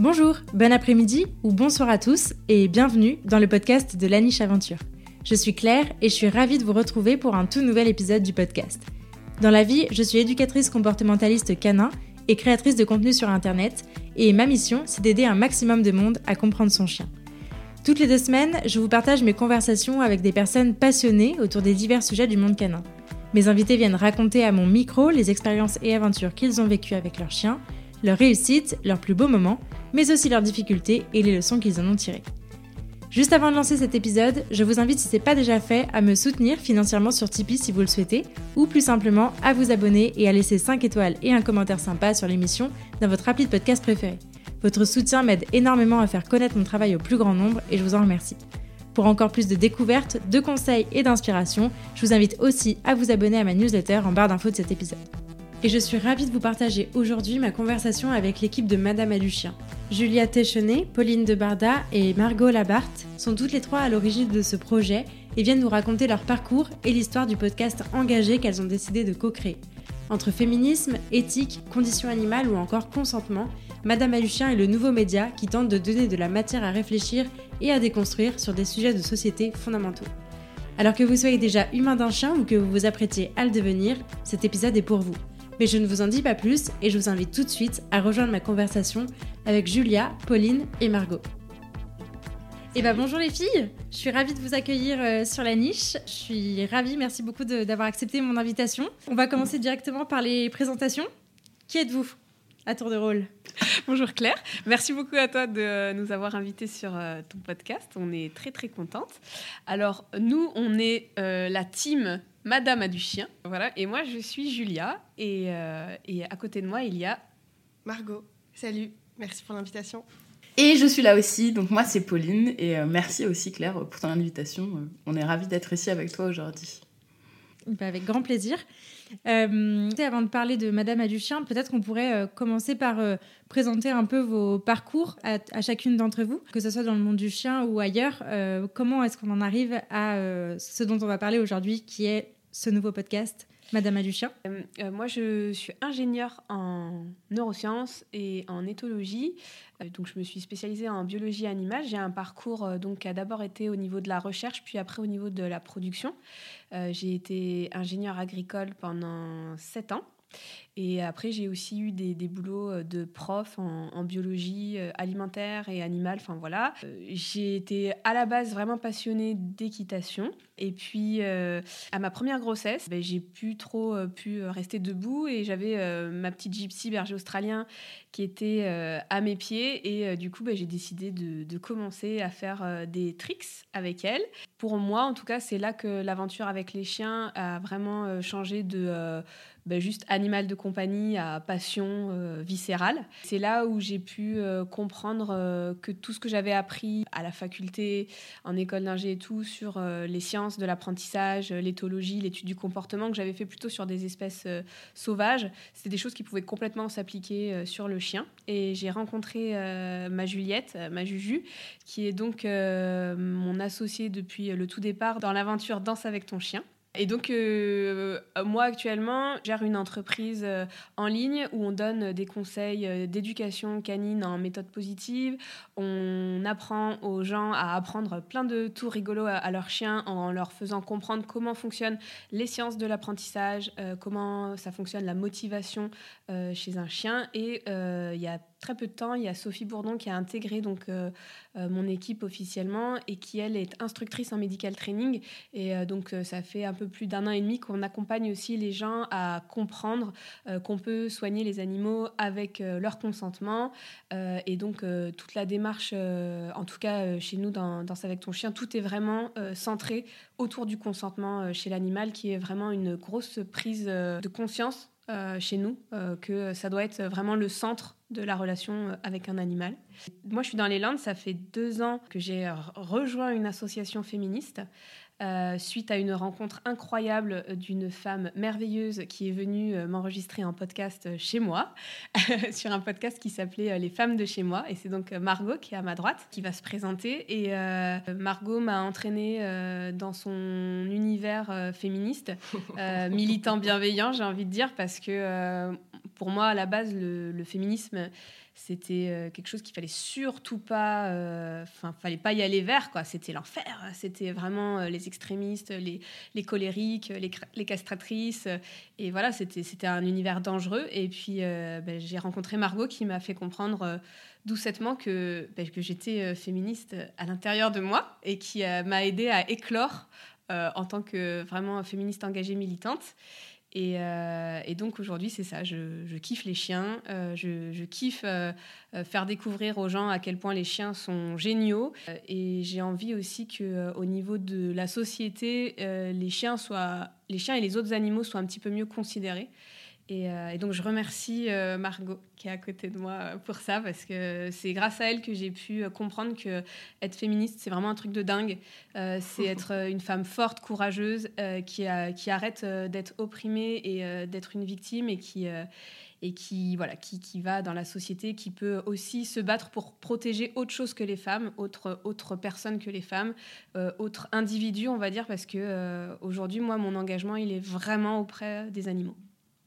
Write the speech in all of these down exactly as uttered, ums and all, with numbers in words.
Bonjour, bon après-midi ou bonsoir à tous et bienvenue dans le podcast de La Niche Aventure. Je suis Claire et je suis ravie de vous retrouver pour un tout nouvel épisode du podcast. Dans la vie, je suis éducatrice comportementaliste canin et créatrice de contenu sur Internet et ma mission, c'est d'aider un maximum de monde à comprendre son chien. Toutes les deux semaines, je vous partage mes conversations avec des personnes passionnées autour des divers sujets du monde canin. Mes invités viennent raconter à mon micro les expériences et aventures qu'ils ont vécues avec leurs chiens, leurs réussites, leurs plus beaux moments, mais aussi leurs difficultés et les leçons qu'ils en ont tirées. Juste avant de lancer cet épisode, je vous invite, si ce n'est pas déjà fait, à me soutenir financièrement sur Tipeee si vous le souhaitez, ou plus simplement à vous abonner et à laisser cinq étoiles et un commentaire sympa sur l'émission dans votre appli de podcast préféré. Votre soutien m'aide énormément à faire connaître mon travail au plus grand nombre et je vous en remercie. Pour encore plus de découvertes, de conseils et d'inspiration, je vous invite aussi à vous abonner à ma newsletter en barre d'infos de cet épisode. Et je suis ravie de vous partager aujourd'hui ma conversation avec l'équipe de Madame a du chien. Julia Téchenet, Pauline de Barda et Margot Labarthe sont toutes les trois à l'origine de ce projet et viennent nous raconter leur parcours et l'histoire du podcast engagé qu'elles ont décidé de co-créer. Entre féminisme, éthique, conditions animales ou encore consentement, Madame a du chien est le nouveau média qui tente de donner de la matière à réfléchir et à déconstruire sur des sujets de société fondamentaux. Alors que vous soyez déjà humain d'un chien ou que vous vous apprêtiez à le devenir, cet épisode est pour vous. Mais je ne vous en dis pas plus et je vous invite tout de suite à rejoindre ma conversation avec Julia, Pauline et Margot. Et bah bonjour les filles, je suis ravie de vous accueillir euh, sur La Niche. Je suis ravie, merci beaucoup de, d'avoir accepté mon invitation. On va commencer directement par les présentations. Qui êtes-vous ? À tour de rôle. Bonjour Claire, merci beaucoup à toi de nous avoir invités sur euh, ton podcast. On est très très contente. Alors nous, on est euh, la team Madame a du chien, voilà. Et moi, je suis Julia et, euh, et à côté de moi, il y a Margot. Salut, merci pour l'invitation. Et je suis là aussi, donc moi c'est Pauline et euh, merci aussi Claire pour ton invitation. On est ravis d'être ici avec toi aujourd'hui. Bah avec grand plaisir. Euh, avant de parler de Madame a du chien, peut-être qu'on pourrait euh, commencer par euh, présenter un peu vos parcours à, à chacune d'entre vous, que ce soit dans le monde du chien ou ailleurs. Euh, comment est-ce qu'on en arrive à euh, ce dont on va parler aujourd'hui, qui est ce nouveau podcast Madame a du chien. Euh, euh, moi, je suis ingénieure en neurosciences et en éthologie. Euh, donc, je me suis spécialisée en biologie animale. J'ai un parcours euh, donc, qui a d'abord été au niveau de la recherche, puis après au niveau de la production. Euh, j'ai été ingénieure agricole pendant sept ans. Et après, j'ai aussi eu des, des boulots de prof en, en biologie alimentaire et animale. Enfin, voilà. Euh, j'ai été à la base vraiment passionnée d'équitation. Et puis, euh, à ma première grossesse, ben, j'ai plus trop euh, pu rester debout. Et j'avais euh, ma petite gypsy berger australien qui était euh, à mes pieds. Et euh, du coup, ben, j'ai décidé de, de commencer à faire euh, des tricks avec elle. Pour moi, en tout cas, c'est là que l'aventure avec les chiens a vraiment euh, changé de... Euh, Ben juste animal de compagnie à passion euh, viscérale. C'est là où j'ai pu euh, comprendre euh, que tout ce que j'avais appris à la faculté, en école d'ingé et tout, sur euh, les sciences de l'apprentissage, l'éthologie, l'étude du comportement, que j'avais fait plutôt sur des espèces euh, sauvages, c'était des choses qui pouvaient complètement s'appliquer euh, sur le chien. Et j'ai rencontré euh, ma Juliette, ma Juju, qui est donc euh, mon associée depuis le tout départ dans l'aventure Danse avec ton chien. Et donc, euh, moi, actuellement, je gère une entreprise euh, en ligne où on donne des conseils euh, d'éducation canine en méthode positive. On apprend aux gens à apprendre plein de tours rigolos à, à leurs chiens en leur faisant comprendre comment fonctionnent les sciences de l'apprentissage, euh, comment ça fonctionne la motivation euh, chez un chien. Et euh, il y a très peu de temps, il y a Sophie Bourdon qui a intégré donc, euh, euh, mon équipe officiellement et qui, elle, est instructrice en medical training. Et euh, donc, euh, ça fait un peu plus d'un an et demi qu'on accompagne aussi les gens à comprendre euh, qu'on peut soigner les animaux avec euh, leur consentement. Euh, et donc, euh, toute la démarche, euh, en tout cas euh, chez nous, dans Danse avec ton chien, tout est vraiment euh, centré autour du consentement euh, chez l'animal, qui est vraiment une grosse prise euh, de conscience Euh, chez nous, euh, que ça doit être vraiment le centre de la relation avec un animal. Moi, je suis dans les Landes, ça fait deux ans que j'ai rejoint une association féministe euh, suite à une rencontre incroyable d'une femme merveilleuse qui est venue m'enregistrer en podcast chez moi, sur un podcast qui s'appelait Les femmes de chez moi. Et c'est donc Margot qui est à ma droite, qui va se présenter. Et euh, Margot m'a entraînée euh, dans son univers euh, féministe, euh, militant bienveillant, j'ai envie de dire, parce que... Euh, pour moi, à la base, le, le féminisme, c'était euh, quelque chose qu'il fallait surtout pas... Enfin, euh, fallait pas y aller vers, quoi. C'était l'enfer. C'était vraiment euh, les extrémistes, les, les colériques, les, les castratrices. Et voilà, c'était, c'était un univers dangereux. Et puis, euh, ben, j'ai rencontré Margot qui m'a fait comprendre euh, doucettement que, ben, que j'étais euh, féministe à l'intérieur de moi et qui euh, m'a aidée à éclore euh, en tant que vraiment féministe engagée militante. Et, euh, et donc aujourd'hui, c'est ça, je, je kiffe les chiens, euh, je, je kiffe euh, faire découvrir aux gens à quel point les chiens sont géniaux. Euh, et j'ai envie aussi qu'au euh, niveau de la société, euh, les, chiens soient, les chiens et les autres animaux soient un petit peu mieux considérés. Et, euh, et donc, je remercie euh, Margot qui est à côté de moi pour ça, parce que c'est grâce à elle que j'ai pu comprendre qu'être féministe, c'est vraiment un truc de dingue. Euh, c'est être une femme forte, courageuse, euh, qui, a, qui arrête euh, d'être opprimée et euh, d'être une victime et qui, euh, et qui, voilà, qui, qui va dans la société, qui peut aussi se battre pour protéger autre chose que les femmes, autre, autre personnes que les femmes, euh, autres individus, on va dire, parce que euh, aujourd'hui, moi, mon engagement, il est vraiment auprès des animaux.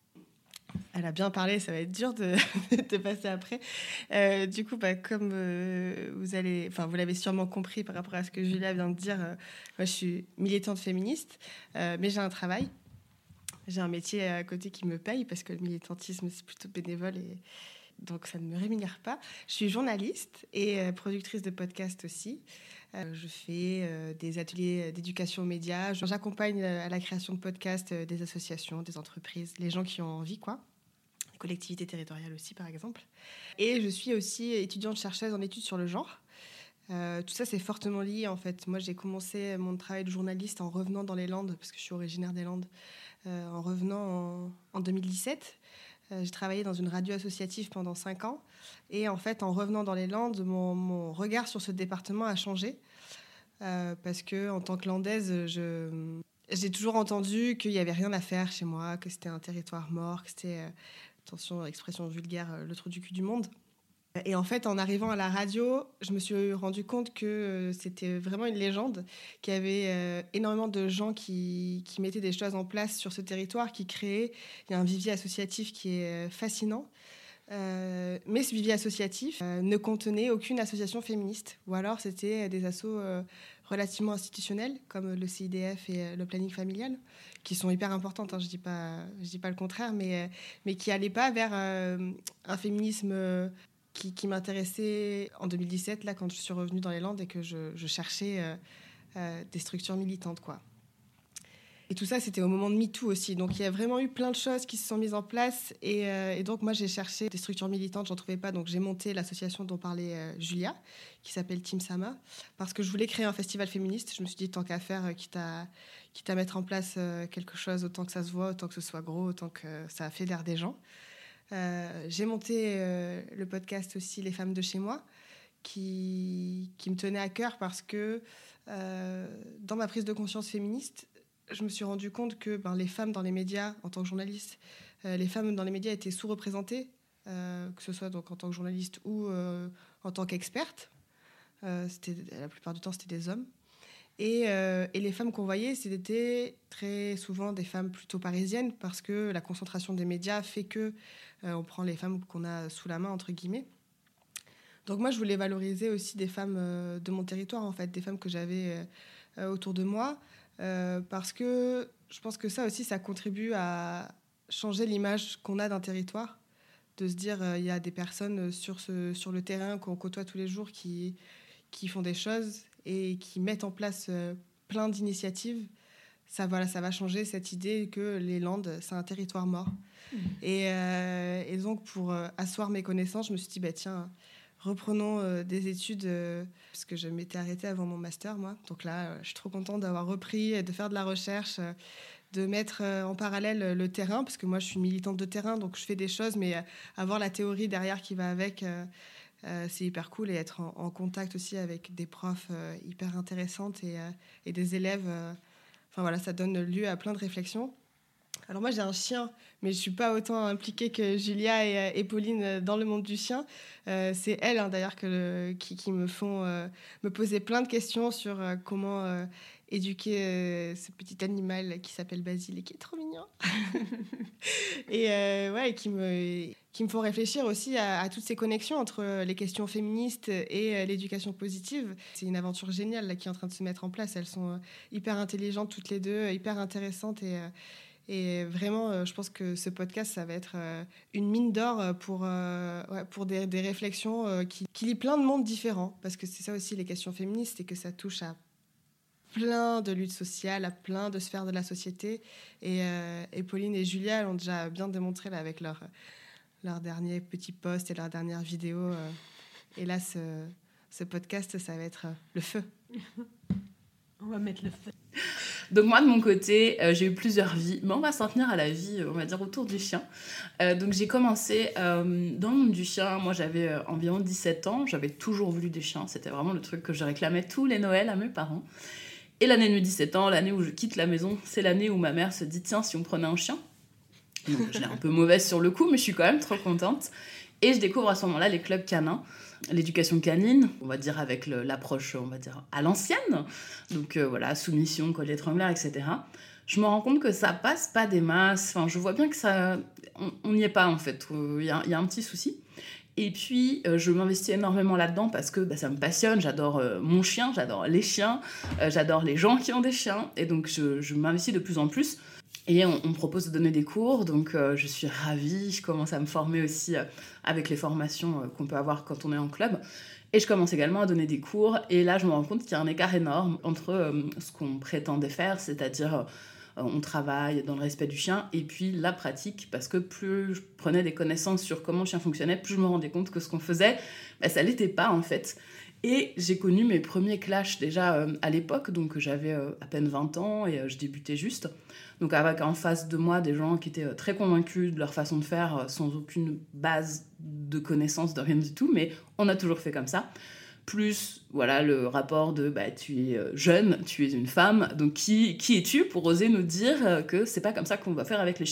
Elle a bien parlé, ça va être dur de, de passer après. Euh, du coup, bah, comme euh, vous, allez, enfin, vous l'avez sûrement compris par rapport à ce que Julia vient de dire, euh, moi je suis militante féministe, euh, mais j'ai un travail. J'ai un métier à côté qui me paye parce que le militantisme, c'est plutôt bénévole et donc ça ne me rémunère pas. Je suis journaliste et euh, productrice de podcast aussi. Euh, je fais euh, des ateliers d'éducation aux médias. J'accompagne euh, à la création de podcasts euh, des associations, des entreprises, les gens qui ont envie, quoi. Les collectivités territoriales aussi, par exemple. Et je suis aussi étudiante-chercheuse en études sur le genre. Euh, tout ça, c'est fortement lié, en fait. Moi, j'ai commencé mon travail de journaliste en revenant dans les Landes, parce que je suis originaire des Landes, euh, en revenant en, en deux mille dix-sept. Euh, j'ai travaillé dans une radio associative pendant cinq ans. Et en fait, en revenant dans les Landes, mon, mon regard sur ce département a changé. Euh, parce qu'en tant que landaise, je, j'ai toujours entendu qu'il n'y avait rien à faire chez moi, que c'était un territoire mort, que c'était, euh, attention, expression vulgaire, euh, le trou du cul du monde. Et en fait, en arrivant à la radio, je me suis rendu compte que euh, c'était vraiment une légende, qu'il y avait euh, énormément de gens qui, qui mettaient des choses en place sur ce territoire, qui créaient. Il y a un vivier associatif qui est euh, fascinant. Euh, mais ce vivier associatif euh, ne contenait aucune association féministe. Ou alors, c'était des assos euh, relativement institutionnels, comme le C I D F et euh, le planning familial, qui sont hyper importantes, hein, je ne dis pas, je dis pas le contraire, mais, euh, mais qui n'allaient pas vers euh, un féminisme... Euh, Qui, qui m'intéressait en deux mille dix-sept, là, quand je suis revenue dans les Landes et que je, je cherchais euh, euh, des structures militantes, quoi. Et tout ça, c'était au moment de MeToo aussi. Donc, il y a vraiment eu plein de choses qui se sont mises en place. Et, euh, et donc, moi, j'ai cherché des structures militantes, j'en trouvais pas. Donc, j'ai monté l'association dont parlait euh, Julia, qui s'appelle Team Sama, parce que je voulais créer un festival féministe. Je me suis dit, tant qu'à faire, quitte à, quitte à mettre en place euh, quelque chose, autant que ça se voit, autant que ce soit gros, autant que ça fédère des gens. Euh, j'ai monté euh, le podcast aussi Les Femmes de chez moi, qui, qui me tenait à cœur parce que euh, dans ma prise de conscience féministe, je me suis rendu compte que ben, les femmes dans les médias, en tant que journaliste, euh, les femmes dans les médias étaient sous-représentées, euh, que ce soit donc en tant que journaliste ou euh, en tant qu'experte. Euh, c'était, la plupart du temps, c'était des hommes. Et, euh, et les femmes qu'on voyait, c'était très souvent des femmes plutôt parisiennes parce que la concentration des médias fait que euh, on prend les femmes qu'on a sous la main, entre guillemets. Donc moi, je voulais valoriser aussi des femmes euh, de mon territoire, en fait, des femmes que j'avais euh, autour de moi, euh, parce que je pense que ça aussi, ça contribue à changer l'image qu'on a d'un territoire, de se dire il euh, y a des personnes sur, ce, sur le terrain qu'on côtoie tous les jours qui, qui font des choses et qui mettent en place euh, plein d'initiatives. Ça, voilà, ça va changer cette idée que les Landes, c'est un territoire mort. Mmh. Et, euh, et donc, pour euh, asseoir mes connaissances, je me suis dit, bah, tiens, reprenons euh, des études, euh, parce que je m'étais arrêtée avant mon master, moi. Donc là, euh, je suis trop contente d'avoir repris, de faire de la recherche, euh, de mettre euh, en parallèle le terrain, parce que moi, je suis militante de terrain, donc je fais des choses, mais euh, avoir la théorie derrière qui va avec... Euh, Euh, c'est hyper cool, et être en, en contact aussi avec des profs euh, hyper intéressantes et, euh, et des élèves. Euh, enfin voilà, ça donne lieu à plein de réflexions. Alors moi, j'ai un chien, mais je ne suis pas autant impliquée que Julia et, et Pauline dans le monde du chien. Euh, c'est elles, hein, d'ailleurs, que le, qui, qui me font euh, me poser plein de questions sur euh, comment euh, éduquer euh, ce petit animal qui s'appelle Basile et qui est trop mignon. et euh, ouais, qui me, qui me font réfléchir aussi à, à toutes ces connexions entre les questions féministes et euh, l'éducation positive. C'est une aventure géniale là, qui est en train de se mettre en place. Elles sont euh, hyper intelligentes toutes les deux, hyper intéressantes et... Euh, Et vraiment, je pense que ce podcast, ça va être une mine d'or pour, ouais, pour des, des réflexions qui, qui lient plein de mondes différents. Parce que c'est ça aussi, les questions féministes, c'est que ça touche à plein de luttes sociales, à plein de sphères de la société. Et, et Pauline et Julia l'ont déjà bien démontré là, avec leur, leur dernier petit post et leur dernière vidéo. Et là, ce, ce podcast, ça va être le feu. On va mettre le feu. Donc moi, de mon côté, euh, j'ai eu plusieurs vies, mais on va s'en tenir à la vie, on va dire, autour du chien. Euh, donc j'ai commencé euh, dans le monde du chien. Moi, j'avais euh, environ dix-sept ans. J'avais toujours voulu des chiens. C'était vraiment le truc que je réclamais tous les Noëls à mes parents. Et l'année de mes dix-sept ans, l'année où je quitte la maison, c'est l'année où ma mère se dit « Tiens, si on prenait un chien ?» Donc je l'ai un peu mauvaise sur le coup, mais je suis quand même trop contente. Et je découvre à ce moment-là les clubs canins, l'éducation canine, on va dire avec le, l'approche, on va dire à l'ancienne. Donc euh, voilà, soumission, collier étranglaire, et cetera. Je me rends compte que ça passe pas des masses. Enfin, je vois bien que ça, on n'y est pas en fait. Il y a, y a un petit souci. Et puis, euh, je m'investis énormément là-dedans parce que bah, ça me passionne. J'adore euh, mon chien, j'adore les chiens, euh, j'adore les gens qui ont des chiens. Et donc, je, je m'investis de plus en plus. Et on, on me propose de donner des cours, donc euh, je suis ravie. Je commence à me former aussi euh, avec les formations euh, qu'on peut avoir quand on est en club. Et je commence également à donner des cours. Et là, je me rends compte qu'il y a un écart énorme entre euh, ce qu'on prétendait faire, c'est-à-dire euh, on travaille dans le respect du chien, et puis la pratique, parce que plus je prenais des connaissances sur comment le chien fonctionnait, plus je me rendais compte que ce qu'on faisait, bah, ça l'était pas en fait. Et j'ai connu mes premiers clashs déjà euh, à l'époque, donc j'avais euh, à peine vingt ans et euh, je débutais juste. Donc avec en face de moi des gens qui étaient euh, très convaincus de leur façon de faire, euh, sans aucune base de connaissances, de rien du tout, mais on a toujours fait comme ça. Plus voilà, le rapport de bah, tu es jeune, tu es une femme, donc qui, qui es-tu pour oser nous dire que c'est pas comme ça qu'on va faire avec les chiens ?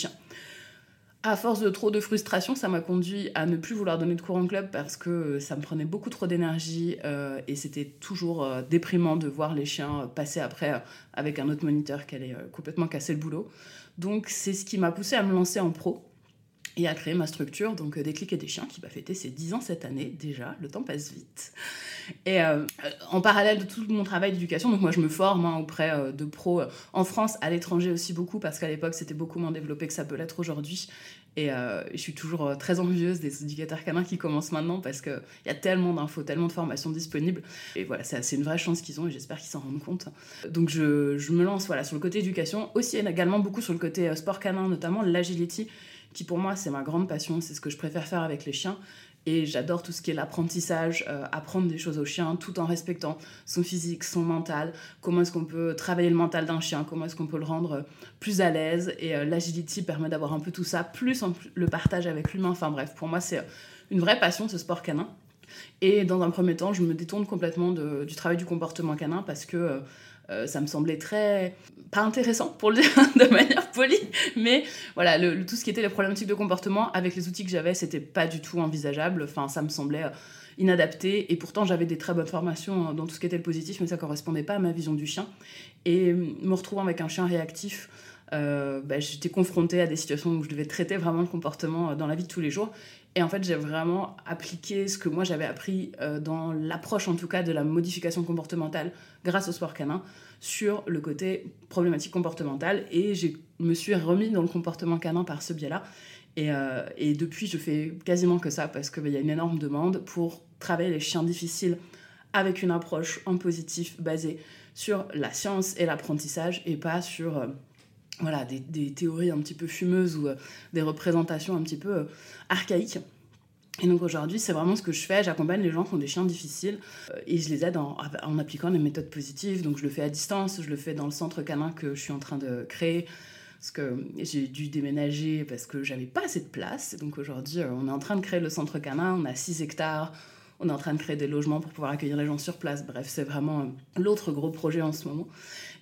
À force de trop de frustration, ça m'a conduit à ne plus vouloir donner de cours en club parce que ça me prenait beaucoup trop d'énergie euh, et c'était toujours euh, déprimant de voir les chiens passer après euh, avec un autre moniteur qui allait euh, complètement casser le boulot. Donc c'est ce qui m'a poussée à me lancer en pro et à créer ma structure, donc euh, Déclic et des chiens, qui va fêter ses dix ans cette année déjà, le temps passe vite. Et euh, en parallèle de tout mon travail d'éducation, donc moi je me forme hein, auprès euh, de pros euh, en France, à l'étranger aussi beaucoup, parce qu'à l'époque c'était beaucoup moins développé que ça peut l'être aujourd'hui. Et euh, je suis toujours euh, très envieuse des éducateurs canins qui commencent maintenant, parce qu'il y a tellement d'infos, tellement de formations disponibles. Et voilà, c'est, c'est une vraie chance qu'ils ont et j'espère qu'ils s'en rendent compte. Donc je, je me lance voilà, sur le côté éducation, aussi également beaucoup sur le côté euh, sport canin, notamment l'agility, qui pour moi c'est ma grande passion, c'est ce que je préfère faire avec les chiens. Et j'adore tout ce qui est l'apprentissage, euh, apprendre des choses au chien tout en respectant son physique, son mental, comment est-ce qu'on peut travailler le mental d'un chien, comment est-ce qu'on peut le rendre plus à l'aise. Et euh, l'agility permet d'avoir un peu tout ça, plus en, le partage avec l'humain. Enfin bref, pour moi c'est une vraie passion ce sport canin. Et dans un premier temps, je me détourne complètement de, du travail du comportement canin parce que euh, Euh, ça me semblait très... pas intéressant, pour le dire de manière polie, mais voilà, le, le, tout ce qui était les problématiques de comportement, avec les outils que j'avais, c'était pas du tout envisageable. Enfin, ça me semblait euh, inadapté, et pourtant, j'avais des très bonnes formations dans tout ce qui était le positif, mais ça correspondait pas à ma vision du chien. Et me retrouvant avec un chien réactif, euh, bah, j'étais confrontée à des situations où je devais traiter vraiment le comportement dans la vie de tous les jours. Et en fait, j'ai vraiment appliqué ce que moi j'avais appris euh, dans l'approche, en tout cas, de la modification comportementale grâce au sport canin sur le côté problématique comportementale. Et je me suis remis dans le comportement canin par ce biais-là. Et, euh, et depuis, je fais quasiment que ça parce qu'il bah, y a une énorme demande pour travailler les chiens difficiles avec une approche en positif basée sur la science et l'apprentissage et pas sur... Euh, Voilà, des, des théories un petit peu fumeuses ou euh, des représentations un petit peu euh, archaïques. Et donc aujourd'hui, c'est vraiment ce que je fais. J'accompagne les gens qui ont des chiens difficiles euh, et je les aide en, en appliquant des méthodes positives. Donc je le fais à distance, je le fais dans le centre canin que je suis en train de créer. Parce que j'ai dû déménager parce que j'avais pas assez de place. Donc aujourd'hui, euh, on est en train de créer le centre canin. On a six hectares. On est en train de créer des logements pour pouvoir accueillir les gens sur place. Bref, c'est vraiment euh, l'autre gros projet en ce moment.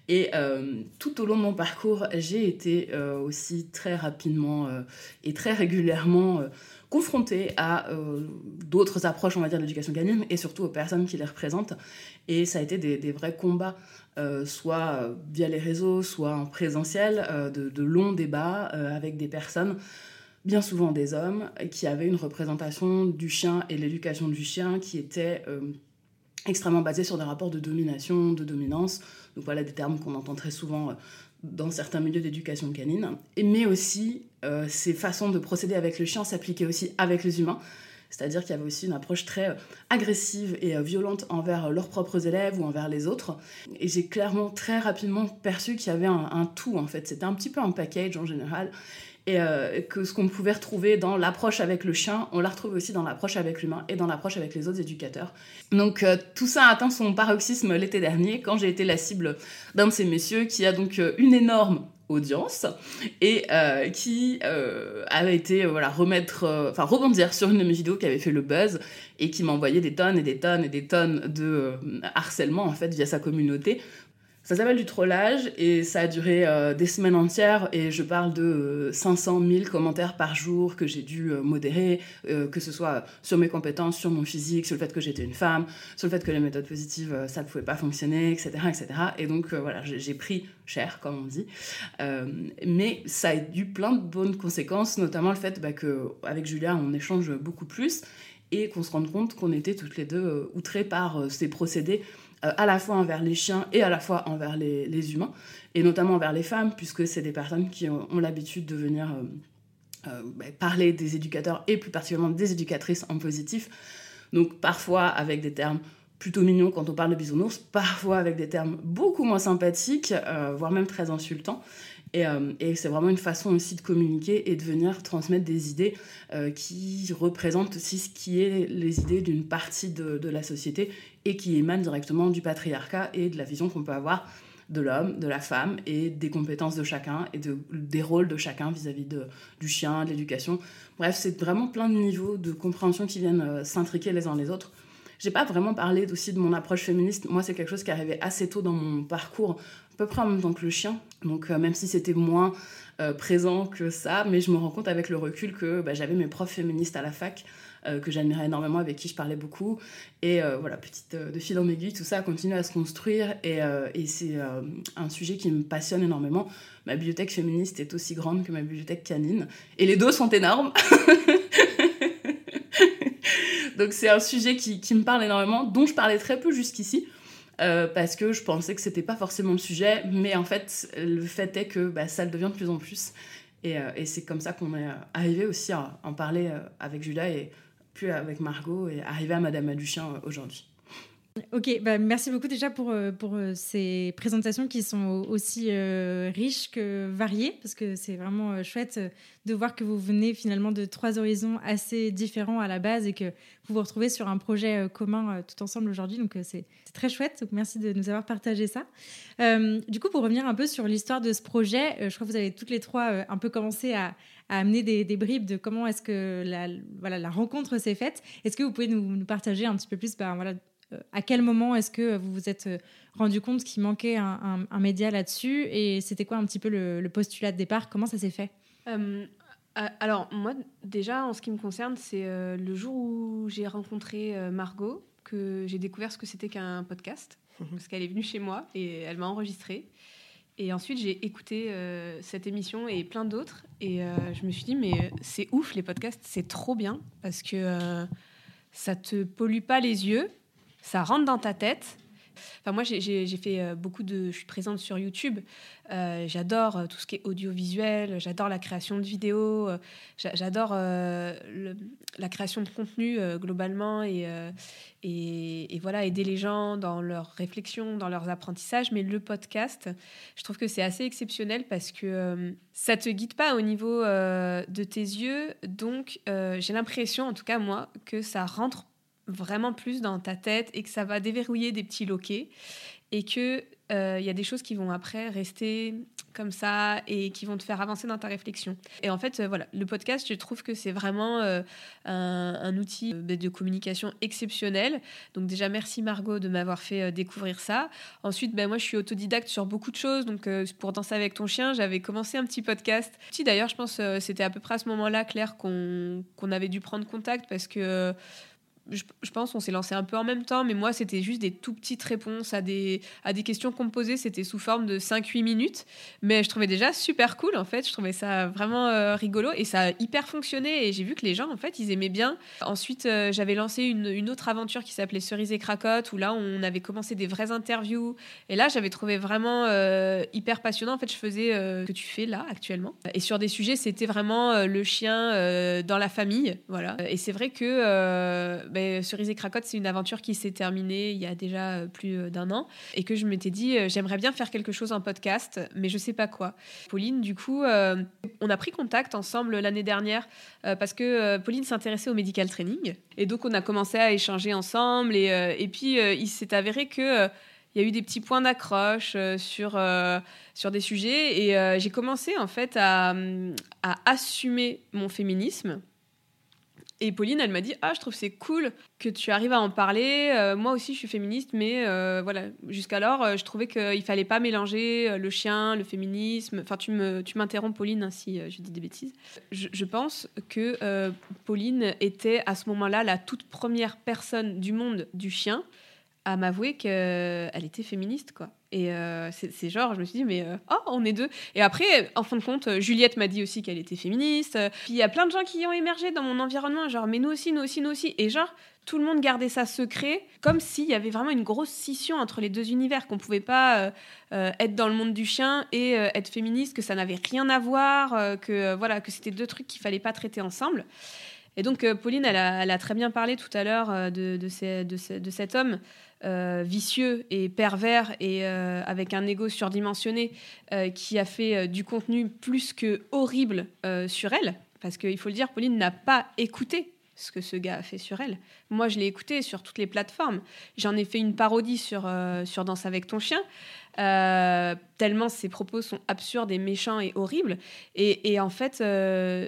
Et euh, tout au long de mon parcours, j'ai été euh, aussi très rapidement euh, et très régulièrement euh, confrontée à euh, d'autres approches, on va dire, de l'éducation canine et surtout aux personnes qui les représentent. Et ça a été des, des vrais combats, euh, soit via les réseaux, soit en présentiel, euh, de, de longs débats euh, avec des personnes, bien souvent des hommes, qui avaient une représentation du chien et l'éducation du chien qui était euh, extrêmement basée sur des rapports de domination, de dominance. Donc voilà des termes qu'on entend très souvent euh, dans certains milieux d'éducation canine. Et, mais aussi, euh, ces façons de procéder avec le chien s'appliquaient aussi avec les humains. C'est-à-dire qu'il y avait aussi une approche très euh, agressive et euh, violente envers euh, leurs propres élèves ou envers les autres. Et j'ai clairement, très rapidement perçu qu'il y avait un, un tout, en fait. C'était un petit peu un package en général. Et euh, que ce qu'on pouvait retrouver dans l'approche avec le chien, on la retrouve aussi dans l'approche avec l'humain et dans l'approche avec les autres éducateurs. Donc euh, tout ça a atteint son paroxysme l'été dernier, quand j'ai été la cible d'un de ces messieurs qui a donc euh, une énorme audience et euh, qui euh, avait été euh, voilà, remettre, euh, enfin rebondir sur une de mes vidéos qui avait fait le buzz et qui m'a envoyé des tonnes et des tonnes et des tonnes de euh, harcèlement en fait via sa communauté. Ça s'appelle du trollage et ça a duré euh, des semaines entières et je parle de euh, cinq cent mille commentaires par jour que j'ai dû euh, modérer, euh, que ce soit sur mes compétences, sur mon physique, sur le fait que j'étais une femme, sur le fait que les méthodes positives, euh, ça ne pouvait pas fonctionner, et cetera et cetera. Et donc euh, voilà, j'ai, j'ai pris cher, comme on dit. Euh, mais ça a eu plein de bonnes conséquences, notamment le fait bah, qu'avec Julia, on échange beaucoup plus et qu'on se rende compte qu'on était toutes les deux euh, outrées par euh, ces procédés à la fois envers les chiens et à la fois envers les, les humains, et notamment envers les femmes, puisque c'est des personnes qui ont, ont l'habitude de venir euh, euh, bah, parler des éducateurs, et plus particulièrement des éducatrices en positif, donc parfois avec des termes plutôt mignons quand on parle de bisounours, parfois avec des termes beaucoup moins sympathiques, euh, voire même très insultants. Et, euh, et c'est vraiment une façon aussi de communiquer et de venir transmettre des idées euh, qui représentent aussi ce qui est les idées d'une partie de, de la société et qui émanent directement du patriarcat et de la vision qu'on peut avoir de l'homme, de la femme et des compétences de chacun et de, des rôles de chacun vis-à-vis de, du chien, de l'éducation. Bref, c'est vraiment plein de niveaux de compréhension qui viennent euh, s'intriquer les uns les autres. J'ai pas vraiment parlé aussi de mon approche féministe. Moi, c'est quelque chose qui est arrivé assez tôt dans mon parcours, à peu près en même temps que le chien. Donc, euh, même si c'était moins euh, présent que ça, mais je me rends compte avec le recul que bah, j'avais mes profs féministes à la fac, euh, que j'admirais énormément, avec qui je parlais beaucoup. Et euh, voilà, petite euh, de fil en aiguille, tout ça a continué à se construire. Et, euh, et c'est euh, un sujet qui me passionne énormément. Ma bibliothèque féministe est aussi grande que ma bibliothèque canine. Et les deux sont énormes. Donc c'est un sujet qui, qui me parle énormément, dont je parlais très peu jusqu'ici, euh, parce que je pensais que c'était pas forcément le sujet, mais en fait, le fait est que bah, ça le devient de plus en plus. Et, euh, et c'est comme ça qu'on est arrivé aussi à en parler euh, avec Julia et puis avec Margot, et arrivé à Madame Maduchien euh, aujourd'hui. Ok, bah merci beaucoup déjà pour, pour ces présentations qui sont aussi euh, riches que variées, parce que c'est vraiment chouette de voir que vous venez finalement de trois horizons assez différents à la base et que vous vous retrouvez sur un projet commun tout ensemble aujourd'hui. Donc c'est, c'est très chouette, donc merci de nous avoir partagé ça. Euh, du coup, pour revenir un peu sur l'histoire de ce projet, euh, je crois que vous avez toutes les trois euh, un peu commencé à, à amener des, des bribes de comment est-ce que la, voilà, la rencontre s'est faite. Est-ce que vous pouvez nous, nous partager un petit peu plus, ben, voilà, à quel moment est-ce que vous vous êtes rendu compte qu'il manquait un, un, un média là-dessus, et c'était quoi un petit peu le, le postulat de départ? Comment ça s'est fait? euh, Alors, moi, déjà, en ce qui me concerne, c'est euh, le jour où j'ai rencontré euh, Margot que j'ai découvert ce que c'était qu'un podcast, parce qu'elle est venue chez moi et elle m'a enregistré. Et ensuite, j'ai écouté euh, cette émission et plein d'autres, et euh, je me suis dit, mais c'est ouf, les podcasts, c'est trop bien, parce que euh, ça te pollue pas les yeux, ça rentre dans ta tête. Enfin, moi, j'ai, j'ai, j'ai fait beaucoup de... Je suis présente sur YouTube. Euh, j'adore tout ce qui est audiovisuel. J'adore la création de vidéos. J'adore euh, le, la création de contenu euh, globalement. Et, euh, et, et voilà, aider les gens dans leurs réflexions, dans leurs apprentissages. Mais le podcast, je trouve que c'est assez exceptionnel parce que euh, ça ne te guide pas au niveau euh, de tes yeux. Donc, euh, j'ai l'impression, en tout cas moi, que ça rentre vraiment plus dans ta tête et que ça va déverrouiller des petits loquets et que il euh, y a des choses qui vont après rester comme ça et qui vont te faire avancer dans ta réflexion. Et en fait, euh, voilà, le podcast, je trouve que c'est vraiment euh, un, un outil de communication exceptionnel. Donc déjà, merci Margot de m'avoir fait euh, découvrir ça. Ensuite, ben, moi, je suis autodidacte sur beaucoup de choses. Donc euh, pour Danser avec ton chien, j'avais commencé un petit podcast. Petit, d'ailleurs, je pense euh, c'était à peu près à ce moment-là, Claire, qu'on, qu'on avait dû prendre contact parce que... Euh, Je, je pense qu'on s'est lancé un peu en même temps, mais moi, c'était juste des tout petites réponses à des, à des questions qu'on me posait. C'était sous forme de cinq huit minutes. Mais je trouvais déjà super cool, en fait. Je trouvais ça vraiment euh, rigolo et ça a hyper fonctionné. Et j'ai vu que les gens, en fait, ils aimaient bien. Ensuite, euh, j'avais lancé une, une autre aventure qui s'appelait Cerise et Cracotte, où là, on avait commencé des vraies interviews. Et là, j'avais trouvé vraiment euh, hyper passionnant. En fait, je faisais euh, ce que tu fais là, actuellement. Et sur des sujets, c'était vraiment euh, le chien euh, dans la famille. Voilà. Et c'est vrai que... Euh, Ben, Cerise et Cracotte, c'est une aventure qui s'est terminée il y a déjà plus d'un an et que je m'étais dit, euh, j'aimerais bien faire quelque chose en podcast, mais je sais pas quoi. Pauline, du coup, euh, on a pris contact ensemble l'année dernière euh, parce que euh, Pauline s'intéressait au medical training. Et donc, on a commencé à échanger ensemble et, euh, et puis, euh, il s'est avéré que... Euh, il y a eu des petits points d'accroche euh, sur, euh, sur des sujets et euh, j'ai commencé en fait à, à assumer mon féminisme. Et Pauline, elle m'a dit « Ah, je trouve c'est cool que tu arrives à en parler. Euh, moi aussi, je suis féministe, mais euh, voilà, jusqu'alors, euh, je trouvais qu'il ne fallait pas mélanger euh, le chien, le féminisme. Enfin, tu, me, tu m'interromps, Pauline, hein, si euh, je dis des bêtises. Je, je pense que euh, Pauline était, à ce moment-là, la toute première personne du monde du chien à m'avouer qu'elle était féministe, quoi. Et euh, c'est, c'est genre, je me suis dit, mais euh, oh, on est deux. Et après, en fin de compte, Juliette m'a dit aussi qu'elle était féministe. Puis il y a plein de gens qui ont émergé dans mon environnement, genre, mais nous aussi, nous aussi, nous aussi. Et genre, tout le monde gardait ça secret, comme s'il y avait vraiment une grosse scission entre les deux univers, qu'on pouvait pas euh, euh, être dans le monde du chien et euh, être féministe, que ça n'avait rien à voir, euh, que, euh, voilà, que c'était deux trucs qu'il fallait pas traiter ensemble. Et donc, euh, Pauline, elle a, elle a très bien parlé tout à l'heure euh, de, de, ces, de, ces, de cet homme euh, vicieux et pervers et euh, avec un ego surdimensionné euh, qui a fait euh, du contenu plus que horrible euh, sur elle. Parce qu'il faut le dire, Pauline n'a pas écouté ce que ce gars a fait sur elle. Moi, je l'ai écouté sur toutes les plateformes. J'en ai fait une parodie sur, euh, sur Danse avec ton chien. Euh, tellement ses propos sont absurdes et méchants et horribles. Et, et en fait, euh,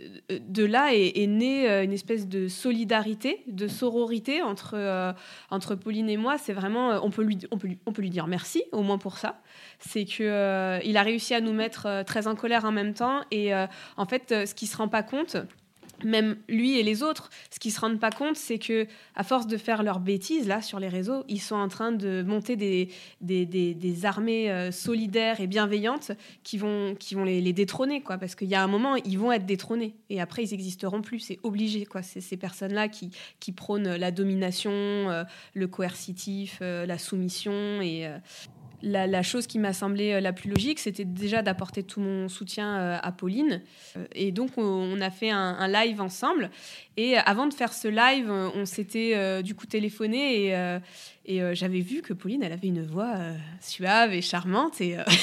de là est, est née une espèce de solidarité, de sororité entre, euh, entre Pauline et moi. C'est vraiment, on peut lui, on peut lui, on peut lui dire merci, au moins pour ça. C'est qu'il euh, a réussi à nous mettre euh, très en colère en même temps. Et euh, en fait, euh, ce qu'il ne se rend pas compte... Même lui et les autres, ce qu'ils se rendent pas compte, c'est que à force de faire leurs bêtises là sur les réseaux, ils sont en train de monter des, des, des, des armées euh, solidaires et bienveillantes qui vont, qui vont les, les détrôner, quoi. Parce qu'il y a un moment, ils vont être détrônés et après ils n'existeront plus. C'est obligé, quoi. C'est ces personnes-là qui, qui prônent la domination, euh, le coercitif, euh, la soumission et euh, La, la chose qui m'a semblé la plus logique, c'était déjà d'apporter tout mon soutien euh, à Pauline. Euh, et donc, on, on a fait un, un live ensemble. Et avant de faire ce live, on s'était euh, du coup téléphoné. Et, euh, et euh, j'avais vu que Pauline, elle avait une voix euh, suave et charmante. Et, euh,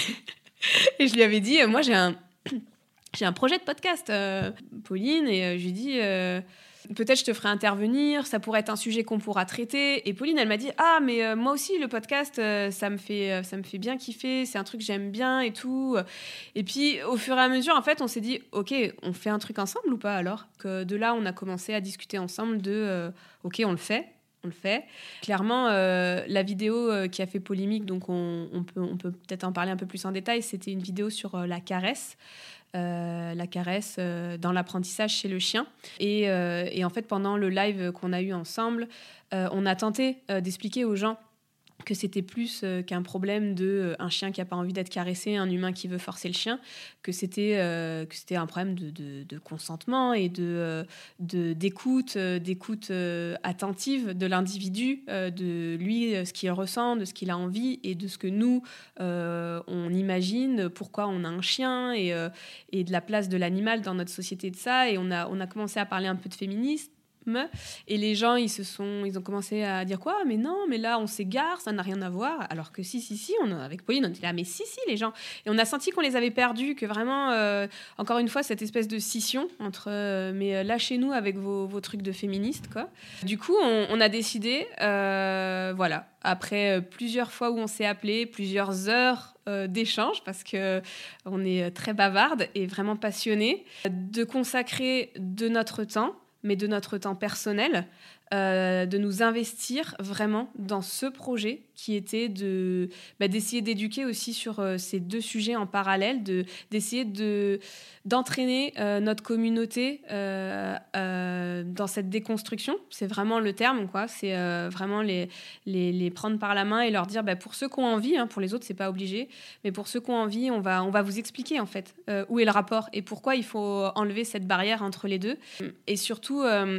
et je lui avais dit, euh, moi, j'ai un, j'ai un projet de podcast, euh, Pauline. Et euh, je lui ai dit... Euh, peut-être je te ferai intervenir, ça pourrait être un sujet qu'on pourra traiter. Et Pauline, elle m'a dit « Ah, mais euh, moi aussi, le podcast, euh, ça me fait, euh, ça me fait bien kiffer, c'est un truc que j'aime bien et tout. » Et puis, au fur et à mesure, en fait, on s'est dit « Ok, on fait un truc ensemble ou pas alors ?» Que de là, on a commencé à discuter ensemble de euh, « Ok, on le fait. » On le fait. Clairement, euh, la vidéo euh, qui a fait polémique, donc on, on, peut, on peut peut-être en parler un peu plus en détail, c'était une vidéo sur euh, la caresse. Euh, la caresse euh, dans l'apprentissage chez le chien. Et, euh, et en fait, pendant le live qu'on a eu ensemble, euh, on a tenté euh, d'expliquer aux gens que c'était plus euh, qu'un problème de euh, un chien qui n'a pas envie d'être caressé, un humain qui veut forcer le chien, que c'était, euh, que c'était un problème de, de, de consentement et de, euh, de, d'écoute, euh, d'écoute euh, attentive de l'individu, euh, de lui, euh, ce qu'il ressent, de ce qu'il a envie et de ce que nous, euh, on imagine, pourquoi on a un chien et, euh, et de la place de l'animal dans notre société de ça. Et on a, on a commencé à parler un peu de féminisme, Et les gens, ils se sont, ils ont commencé à dire quoi, mais non, mais là, on s'égare, ça n'a rien à voir. Alors que si, si, si, on, avec Pauline, on était là, mais si, si, les gens. Et on a senti qu'on les avait perdus, que vraiment, euh, encore une fois, cette espèce de scission entre, euh, mais euh, lâchez-nous avec vos, vos trucs de féministes, quoi. Du coup, on, on a décidé, euh, voilà, après euh, plusieurs fois où on s'est appelé, plusieurs heures euh, d'échange, parce que on est très bavarde et vraiment passionnée, de consacrer de notre temps, mais de notre temps personnel, euh, de nous investir vraiment dans ce projet qui était de, bah, d'essayer d'éduquer aussi sur euh, ces deux sujets en parallèle, de, d'essayer de, d'entraîner euh, notre communauté euh, euh, dans cette déconstruction. C'est vraiment le terme, quoi. C'est euh, vraiment les, les, les prendre par la main et leur dire, bah, pour ceux qui ont envie, hein, pour les autres, c'est pas obligé, mais pour ceux qui ont envie, on va, on va vous expliquer, en fait, euh, où est le rapport et pourquoi il faut enlever cette barrière entre les deux. Et surtout, euh,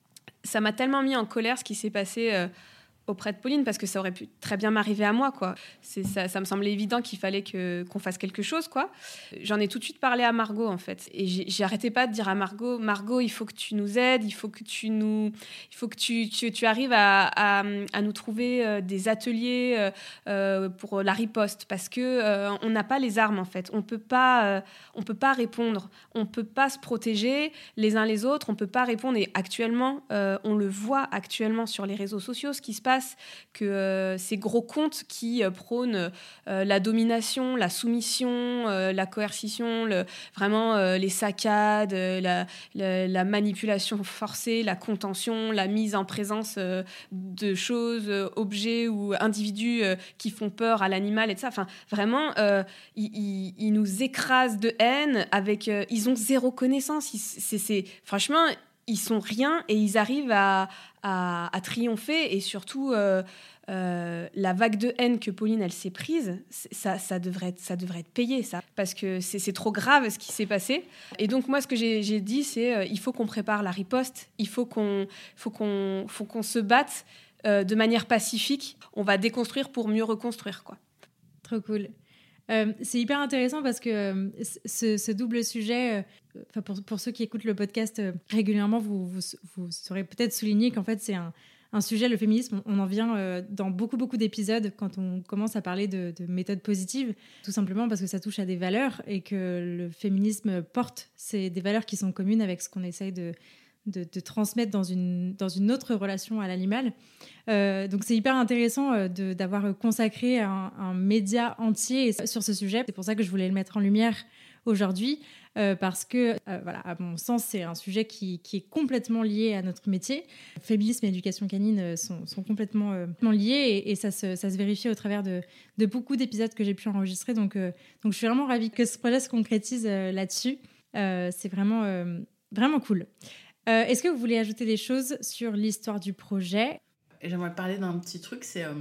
ça m'a tellement mis en colère ce qui s'est passé euh, auprès de Pauline, parce que ça aurait pu très bien m'arriver à moi, quoi. C'est, ça, ça me semblait évident qu'il fallait que, qu'on fasse quelque chose, quoi. J'en ai tout de suite parlé à Margot, en fait. Et j'ai, j'ai arrêté pas de dire à Margot, Margot, il faut que tu nous aides, il faut que tu nous, il faut que tu, tu, tu arrives à, à, à nous trouver euh, des ateliers euh, euh, pour la riposte, parce que euh, on n'a pas les armes, en fait. On peut pas, euh, on peut pas répondre, on peut pas se protéger les uns les autres, on peut pas répondre. Et actuellement, euh, on le voit actuellement sur les réseaux sociaux, ce qui se passe, que euh, ces gros comptes qui euh, prônent euh, la domination, la soumission, euh, la coercition, le, vraiment euh, les saccades, euh, la, la, la manipulation forcée, la contention, la mise en présence euh, de choses, euh, objets ou individus euh, qui font peur à l'animal et tout ça. Enfin, vraiment, euh, ils, ils, ils nous écrasent de haine. Avec, euh, ils ont zéro connaissance. Ils, c'est, c'est, franchement, ils sont rien et ils arrivent à, à, à triompher. Et surtout, euh, euh, la vague de haine que Pauline, elle s'est prise, ça, ça, devrait être, ça devrait être payé, ça. Parce que c'est, c'est trop grave ce qui s'est passé. Et donc, moi, ce que j'ai, j'ai dit, c'est euh, il faut qu'on prépare la riposte. Il faut qu'on, faut qu'on, faut qu'on se batte euh, de manière pacifique. On va déconstruire pour mieux reconstruire, quoi. Trop cool. Euh, c'est hyper intéressant parce que euh, ce, ce double sujet, euh, pour, pour ceux qui écoutent le podcast euh, régulièrement, vous, vous, vous saurez peut-être souligner qu'en fait c'est un, un sujet, le féminisme, on en vient euh, dans beaucoup beaucoup d'épisodes quand on commence à parler de, de méthodes positives, tout simplement parce que ça touche à des valeurs et que le féminisme porte c'est des valeurs qui sont communes avec ce qu'on essaye de De, de transmettre dans une, dans une autre relation à l'animal. Euh, donc c'est hyper intéressant euh, de, d'avoir consacré un, un média entier sur ce sujet. C'est pour ça que je voulais le mettre en lumière aujourd'hui, euh, parce que, euh, voilà, à mon sens, c'est un sujet qui, qui est complètement lié à notre métier. Féminisme et éducation canine sont, sont complètement euh, liés et, et ça, se, ça se vérifie au travers de, de beaucoup d'épisodes que j'ai pu enregistrer. Donc, euh, donc je suis vraiment ravie que ce projet se concrétise euh, là-dessus. Euh, c'est vraiment, euh, vraiment cool. Euh, est-ce que vous voulez ajouter des choses sur l'histoire du projet ? Et j'aimerais parler d'un petit truc, c'est euh,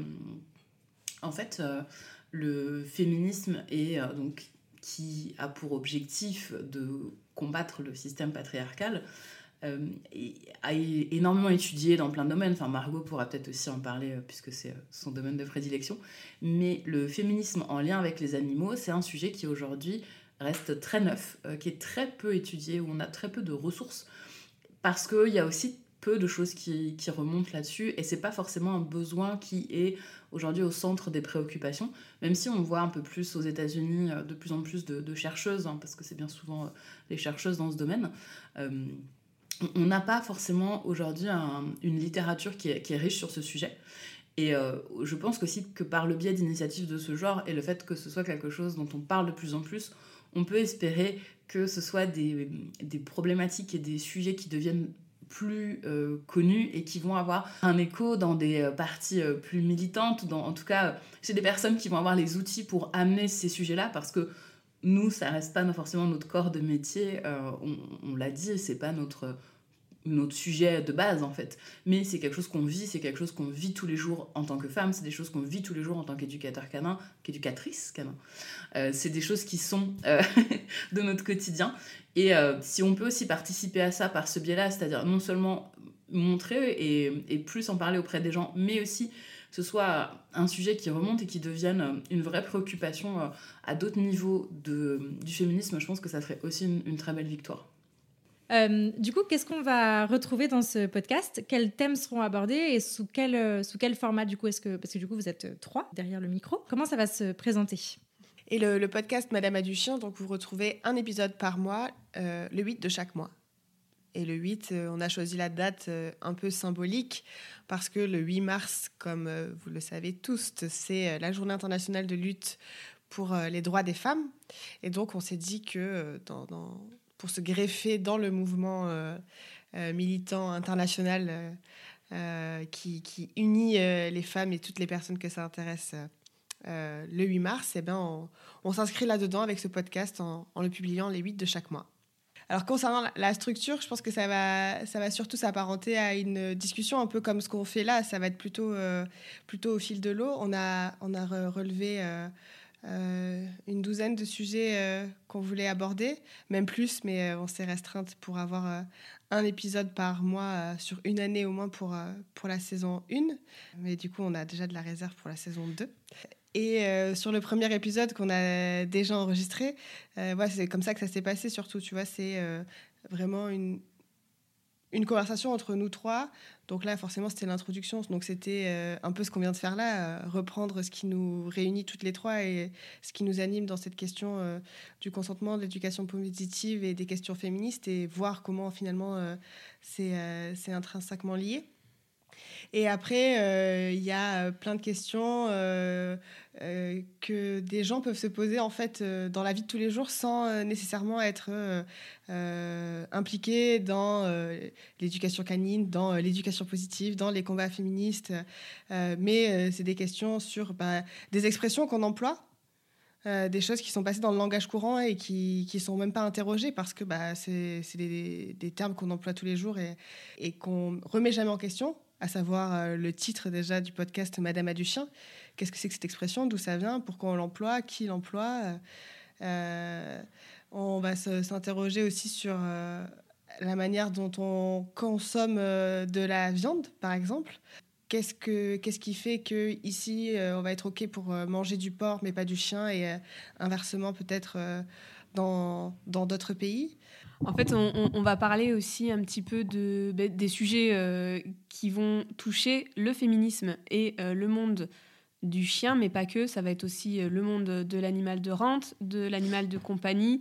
en fait euh, le féminisme est, euh, donc, qui a pour objectif de combattre le système patriarcal, euh, et a énormément étudié dans plein de domaines. Enfin, Margot pourra peut-être aussi en parler euh, puisque c'est son domaine de prédilection. Mais le féminisme en lien avec les animaux, c'est un sujet qui aujourd'hui reste très neuf, euh, qui est très peu étudié, où on a très peu de ressources. Parce qu'il y a aussi peu de choses qui, qui remontent là-dessus et c'est pas forcément un besoin qui est aujourd'hui au centre des préoccupations, même si on voit un peu plus aux États-Unis de plus en plus de, de chercheuses, hein, parce que c'est bien souvent les chercheuses dans ce domaine. Euh, on n'a pas forcément aujourd'hui un, une littérature qui est, qui est riche sur ce sujet. Et euh, je pense aussi que par le biais d'initiatives de ce genre et le fait que ce soit quelque chose dont on parle de plus en plus, on peut espérer que ce soit des, des problématiques et des sujets qui deviennent plus euh, connus et qui vont avoir un écho dans des euh, parties euh, plus militantes, dans, en tout cas euh, chez des personnes qui vont avoir les outils pour amener ces sujets-là, parce que nous, ça reste pas forcément notre corps de métier, euh, on, on l'a dit, c'est pas notre... notre sujet de base en fait, mais c'est quelque chose qu'on vit, c'est quelque chose qu'on vit tous les jours en tant que femme, c'est des choses qu'on vit tous les jours en tant qu'éducateur canin, qu'éducatrice canin, euh, c'est des choses qui sont euh, de notre quotidien et euh, si on peut aussi participer à ça par ce biais-là, c'est-à-dire non seulement montrer et, et plus en parler auprès des gens, mais aussi que ce soit un sujet qui remonte et qui devienne une vraie préoccupation à d'autres niveaux de, du féminisme, je pense que ça serait aussi une, une très belle victoire. Euh, du coup, qu'est-ce qu'on va retrouver dans ce podcast? Quels thèmes seront abordés et sous quel, euh, sous quel format du coup est-ce que, parce que du coup vous êtes trois derrière le micro. Comment ça va se présenter? Et le, le podcast Madame a du chien, donc vous retrouvez un épisode par mois, euh, le huit de chaque mois. Et le huit, euh, on a choisi la date euh, un peu symbolique parce que le huit mars, comme euh, vous le savez tous, c'est euh, la journée internationale de lutte pour euh, les droits des femmes. Et donc, on s'est dit que euh, dans, dans, pour se greffer dans le mouvement euh, euh, militant international euh, euh, qui, qui unit euh, les femmes et toutes les personnes que ça intéresse euh, le huit mars, eh ben, on, on s'inscrit là-dedans avec ce podcast en, en le publiant les huit de chaque mois. Alors, concernant la structure, je pense que ça va, ça va surtout s'apparenter à une discussion un peu comme ce qu'on fait là. Ça va être plutôt, euh, plutôt au fil de l'eau. On a, on a relevé euh, euh, une douzaine de sujets euh, qu'on voulait aborder, même plus, mais euh, on s'est restreinte pour avoir euh, un épisode par mois euh, sur une année au moins pour, euh, pour la saison un. Mais du coup, on a déjà de la réserve pour la saison deux. Et euh, sur le premier épisode qu'on a déjà enregistré, euh, ouais, c'est comme ça que ça s'est passé surtout, tu vois, c'est euh, vraiment une, une conversation entre nous trois. Donc là, forcément, c'était l'introduction, donc c'était euh, un peu ce qu'on vient de faire là, euh, reprendre ce qui nous réunit toutes les trois et ce qui nous anime dans cette question euh, du consentement, de l'éducation positive et des questions féministes et voir comment finalement euh, c'est, euh, c'est intrinsèquement lié. Et après, il euh, y a plein de questions euh, euh, que des gens peuvent se poser en fait euh, dans la vie de tous les jours sans euh, nécessairement être euh, euh, impliqués dans euh, l'éducation canine, dans euh, l'éducation positive, dans les combats féministes. Euh, mais euh, c'est des questions sur bah, des expressions qu'on emploie. Euh, des choses qui sont passées dans le langage courant et qui ne sont même pas interrogées parce que bah, c'est, c'est des, des termes qu'on emploie tous les jours et, et qu'on ne remet jamais en question, à savoir euh, le titre déjà du podcast Madame a du chien. Qu'est-ce que c'est que cette expression? D'où ça vient? Pourquoi on l'emploie? Qui l'emploie? euh, On va se, s'interroger aussi sur euh, la manière dont on consomme euh, de la viande, par exemple. Qu'est-ce, que, qu'est-ce qui fait qu'ici, euh, on va être OK pour euh, manger du porc, mais pas du chien, et euh, inversement, peut-être euh, dans, dans d'autres pays? En fait, on, on, on va parler aussi un petit peu de, bah, des sujets euh, qui vont toucher le féminisme et euh, le monde du chien, mais pas que. Ça va être aussi le monde de l'animal de rente, de l'animal de compagnie,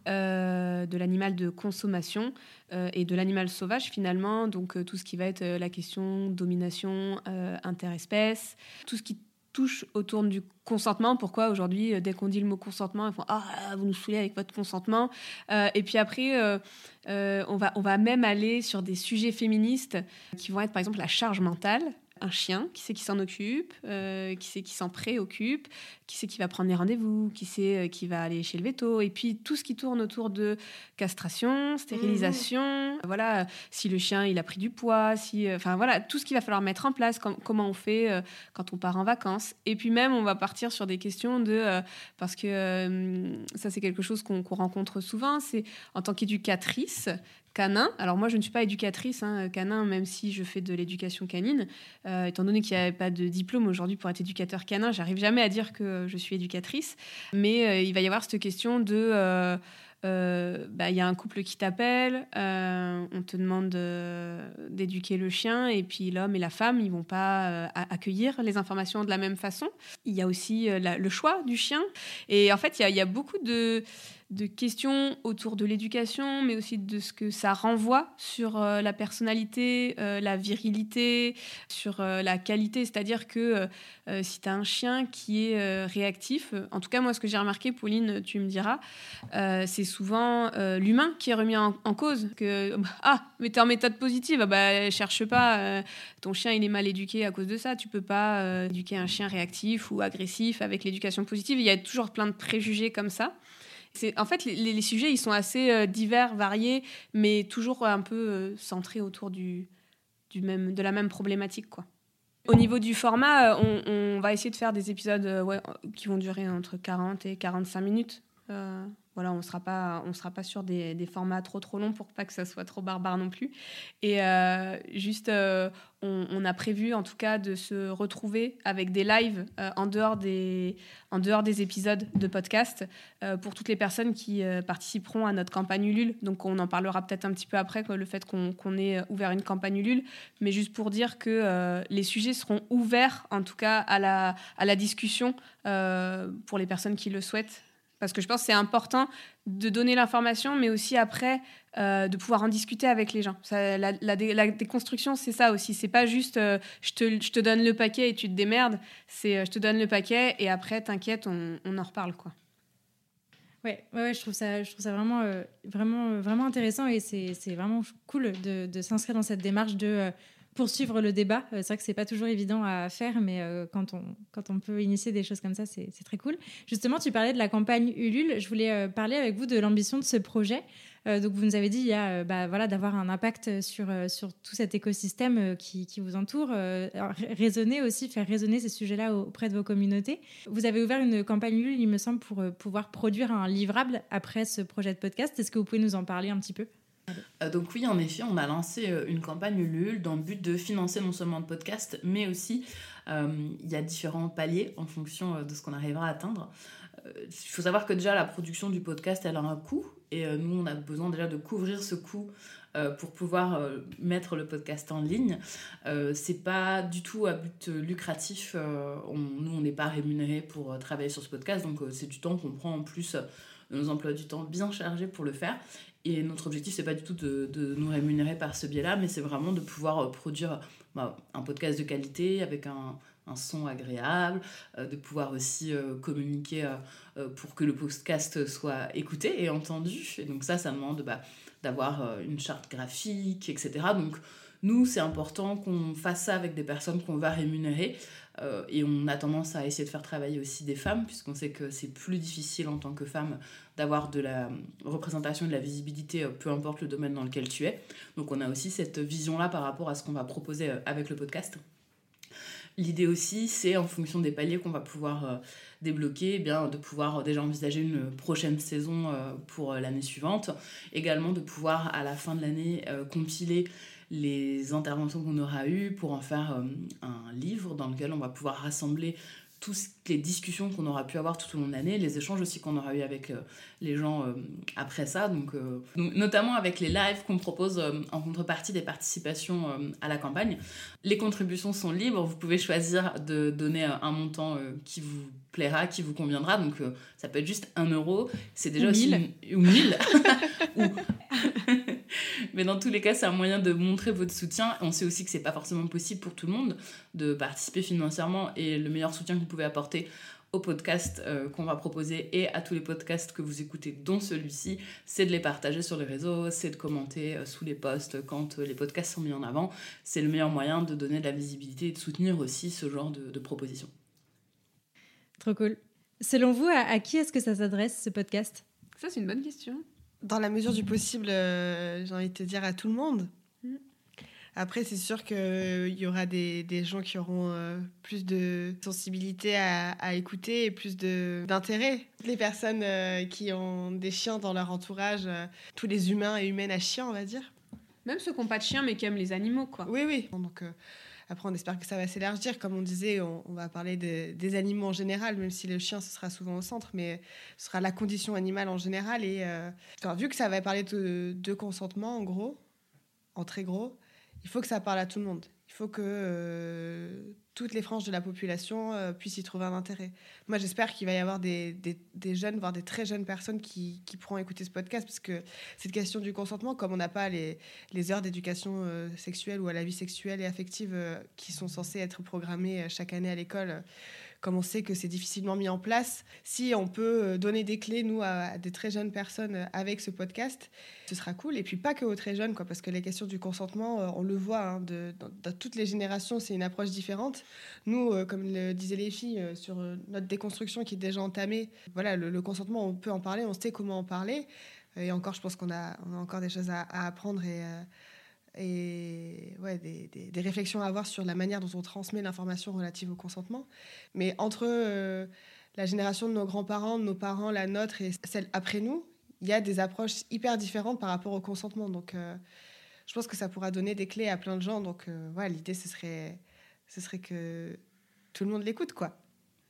euh, de l'animal de consommation euh, et de l'animal sauvage finalement. Donc euh, tout ce qui va être euh, la question domination euh, interespèce, tout ce qui touche autour du consentement. Pourquoi aujourd'hui, euh, dès qu'on dit le mot consentement, ils font « Ah, vous nous saoulez avec votre consentement euh, ». Et puis après, euh, euh, on va, on va même aller sur des sujets féministes qui vont être par exemple la charge mentale. Un chien, qui c'est qui s'en occupe, euh, qui c'est qui s'en préoccupe, qui c'est qui va prendre les rendez-vous, qui c'est euh, qui va aller chez le véto, et puis tout ce qui tourne autour de castration, stérilisation, mmh. voilà, euh, si le chien il a pris du poids, si, enfin euh, voilà, tout ce qu'il va falloir mettre en place, com- comment on fait euh, quand on part en vacances, et puis même on va partir sur des questions de, euh, parce que euh, ça c'est quelque chose qu'on, qu'on rencontre souvent, c'est en tant qu'éducatrice, canin. Alors moi, je ne suis pas éducatrice hein, canin, même si je fais de l'éducation canine. Euh, étant donné qu'il n'y a pas de diplôme aujourd'hui pour être éducateur canin, j'arrive jamais à dire que je suis éducatrice. Mais euh, il va y avoir cette question de... Euh, euh, bah, y a un couple qui t'appelle, euh, on te demande euh, d'éduquer le chien, et puis l'homme et la femme, ils vont pas euh, accueillir les informations de la même façon. Il y a aussi euh, la, le choix du chien. Et en fait, il y a, y a beaucoup de... de questions autour de l'éducation, mais aussi de ce que ça renvoie sur euh, la personnalité, euh, la virilité, sur euh, la qualité. C'est-à-dire que euh, si tu as un chien qui est euh, réactif, en tout cas, moi, ce que j'ai remarqué, Pauline, tu me diras, euh, c'est souvent euh, l'humain qui est remis en, en cause. Que, ah, mais tu es en méthode positive, ah, bah, cherche pas, euh, ton chien, il est mal éduqué à cause de ça. Tu peux pas euh, éduquer un chien réactif ou agressif avec l'éducation positive. Il y a toujours plein de préjugés comme ça. C'est, en fait, les, les sujets, ils sont assez euh, divers, variés, mais toujours un peu euh, centrés autour du, du même, de la même problématique, quoi. Au niveau du format, on, on va essayer de faire des épisodes euh, ouais, qui vont durer entre quarante et quarante-cinq minutes. Euh, voilà, on sera pas, on sera pas sur des, des formats trop trop longs pour pas que ça soit trop barbare non plus. Et euh, juste, euh, on, on a prévu en tout cas de se retrouver avec des lives euh, en dehors des, en dehors des épisodes de podcast euh, pour toutes les personnes qui euh, participeront à notre campagne Ulule. Donc on en parlera peut-être un petit peu après, quoi, le fait qu'on, qu'on ait ouvert une campagne Ulule, mais juste pour dire que euh, les sujets seront ouverts en tout cas à la, à la discussion euh, pour les personnes qui le souhaitent. Parce que je pense que c'est important de donner l'information, mais aussi après euh, de pouvoir en discuter avec les gens. Ça, la, la, la déconstruction, c'est ça aussi. C'est pas juste euh, je, te, je te donne le paquet et tu te démerdes. C'est euh, je te donne le paquet et après, t'inquiète, on, on en reparle, quoi. Ouais, ouais, ouais, je trouve ça, je trouve ça vraiment, euh, vraiment, euh, vraiment intéressant et c'est, c'est vraiment cool de, de s'inscrire dans cette démarche de euh, poursuivre le débat. Euh, c'est vrai que c'est pas toujours évident à faire, mais euh, quand on, quand on peut initier des choses comme ça, c'est, c'est très cool. Justement, tu parlais de la campagne Ulule. Je voulais euh, parler avec vous de l'ambition de ce projet. Euh, donc, vous nous avez dit il y a, euh, bah, voilà, d'avoir un impact sur, euh, sur tout cet écosystème euh, qui, qui vous entoure. Euh, alors, raisonner aussi, faire résonner ces sujets-là auprès de vos communautés. Vous avez ouvert une campagne Ulule, il me semble, pour euh, pouvoir produire un livrable après ce projet de podcast. Est-ce que vous pouvez nous en parler un petit peu ? Euh, donc oui, en effet, on a lancé euh, une campagne Ulule dans le but de financer non seulement le podcast, mais aussi euh, il y a différents paliers en fonction euh, de ce qu'on arrivera à atteindre. Il euh, faut savoir que déjà la production du podcast, elle a un coût, et euh, nous, on a besoin déjà de couvrir ce coût euh, pour pouvoir euh, mettre le podcast en ligne. Euh, c'est pas du tout à but lucratif. Euh, on, nous, on n'est pas rémunérés pour euh, travailler sur ce podcast, donc euh, c'est du temps qu'on prend en plus euh, de nos emplois du temps bien chargés pour le faire. Et notre objectif, c'est pas du tout de, de nous rémunérer par ce biais-là, mais c'est vraiment de pouvoir produire bah, un podcast de qualité avec un, un son agréable, euh, de pouvoir aussi euh, communiquer euh, pour que le podcast soit écouté et entendu. Et donc ça, ça demande bah, d'avoir euh, une charte graphique, et cetera. Donc nous, c'est important qu'on fasse ça avec des personnes qu'on va rémunérer. Euh, et on a tendance à essayer de faire travailler aussi des femmes, puisqu'on sait que c'est plus difficile en tant que femme d'avoir de la représentation et de la visibilité, peu importe le domaine dans lequel tu es. Donc on a aussi cette vision-là par rapport à ce qu'on va proposer avec le podcast. L'idée aussi, c'est en fonction des paliers qu'on va pouvoir euh, débloquer, eh bien, de pouvoir déjà envisager une prochaine saison euh, pour l'année suivante. Également de pouvoir, à la fin de l'année, euh, compiler les interventions qu'on aura eues pour en faire euh, un livre dans lequel on va pouvoir rassembler toutes les discussions qu'on aura pu avoir tout au long de l'année, les échanges aussi qu'on aura eu avec euh, les gens euh, après ça, donc, euh, donc, notamment avec les lives qu'on propose euh, en contrepartie des participations euh, à la campagne. Les contributions sont libres, vous pouvez choisir de donner un montant euh, qui vous plaira, qui vous conviendra, donc euh, ça peut être juste un euro, c'est déjà ou aussi... mille. Une... Ou mille ou... Mais dans tous les cas, c'est un moyen de montrer votre soutien. On sait aussi que c'est pas forcément possible pour tout le monde de participer financièrement, et le meilleur soutien que vous pouvez apporter au podcast euh, qu'on va proposer et à tous les podcasts que vous écoutez, dont celui-ci, c'est de les partager sur les réseaux, c'est de commenter euh, sous les posts quand euh, les podcasts sont mis en avant. C'est le meilleur moyen de donner de la visibilité et de soutenir aussi ce genre de, de propositions. Trop cool. Selon vous, à, à qui est-ce que ça s'adresse, ce podcast ? Ça, c'est une bonne question. Dans la mesure du possible, euh, j'ai envie de te dire à tout le monde. Mm. Après, c'est sûr qu'il euh, y aura des, des gens qui auront euh, plus de sensibilité à, à écouter et plus de, d'intérêt. Les personnes euh, qui ont des chiens dans leur entourage, euh, tous les humains et humaines à chiens, on va dire. Même ceux qui n'ont pas de chiens, mais qui aiment les animaux, quoi. Oui, oui. Donc, euh, après, on espère que ça va s'élargir. Comme on disait, on, on va parler de, des animaux en général, même si le chien, ce sera souvent au centre, mais ce sera la condition animale en général. Et euh, enfin, vu que ça va parler de, de consentement, en gros, en très gros, il faut que ça parle à tout le monde. Il faut que euh, toutes les franges de la population euh, puissent y trouver un intérêt. Moi, j'espère qu'il va y avoir des, des, des jeunes, voire des très jeunes personnes qui, qui pourront écouter ce podcast, parce que cette question du consentement, comme on n'a pas les, les heures d'éducation euh, sexuelle ou à la vie sexuelle et affective euh, qui sont censées être programmées euh, chaque année à l'école, euh, comme on sait que c'est difficilement mis en place, si on peut donner des clés, nous, à, à des très jeunes personnes avec ce podcast, ce sera cool. Et puis pas que aux très jeunes, quoi, parce que les questions du consentement, on le voit, hein, de, dans, dans toutes les générations, c'est une approche différente. Nous, euh, comme le disaient les filles, euh, sur notre déconstruction qui est déjà entamée, voilà, le, le consentement, on peut en parler, on sait comment en parler. Et encore, je pense qu'on a, on a encore des choses à, à apprendre et... Euh, et ouais, des, des, des réflexions à avoir sur la manière dont on transmet l'information relative au consentement. Mais entre euh, la génération de nos grands-parents, de nos parents, la nôtre et celle après nous, il y a des approches hyper différentes par rapport au consentement. Donc, euh, je pense que ça pourra donner des clés à plein de gens. Donc, euh, ouais, l'idée, ce serait, ce serait que tout le monde l'écoute, quoi.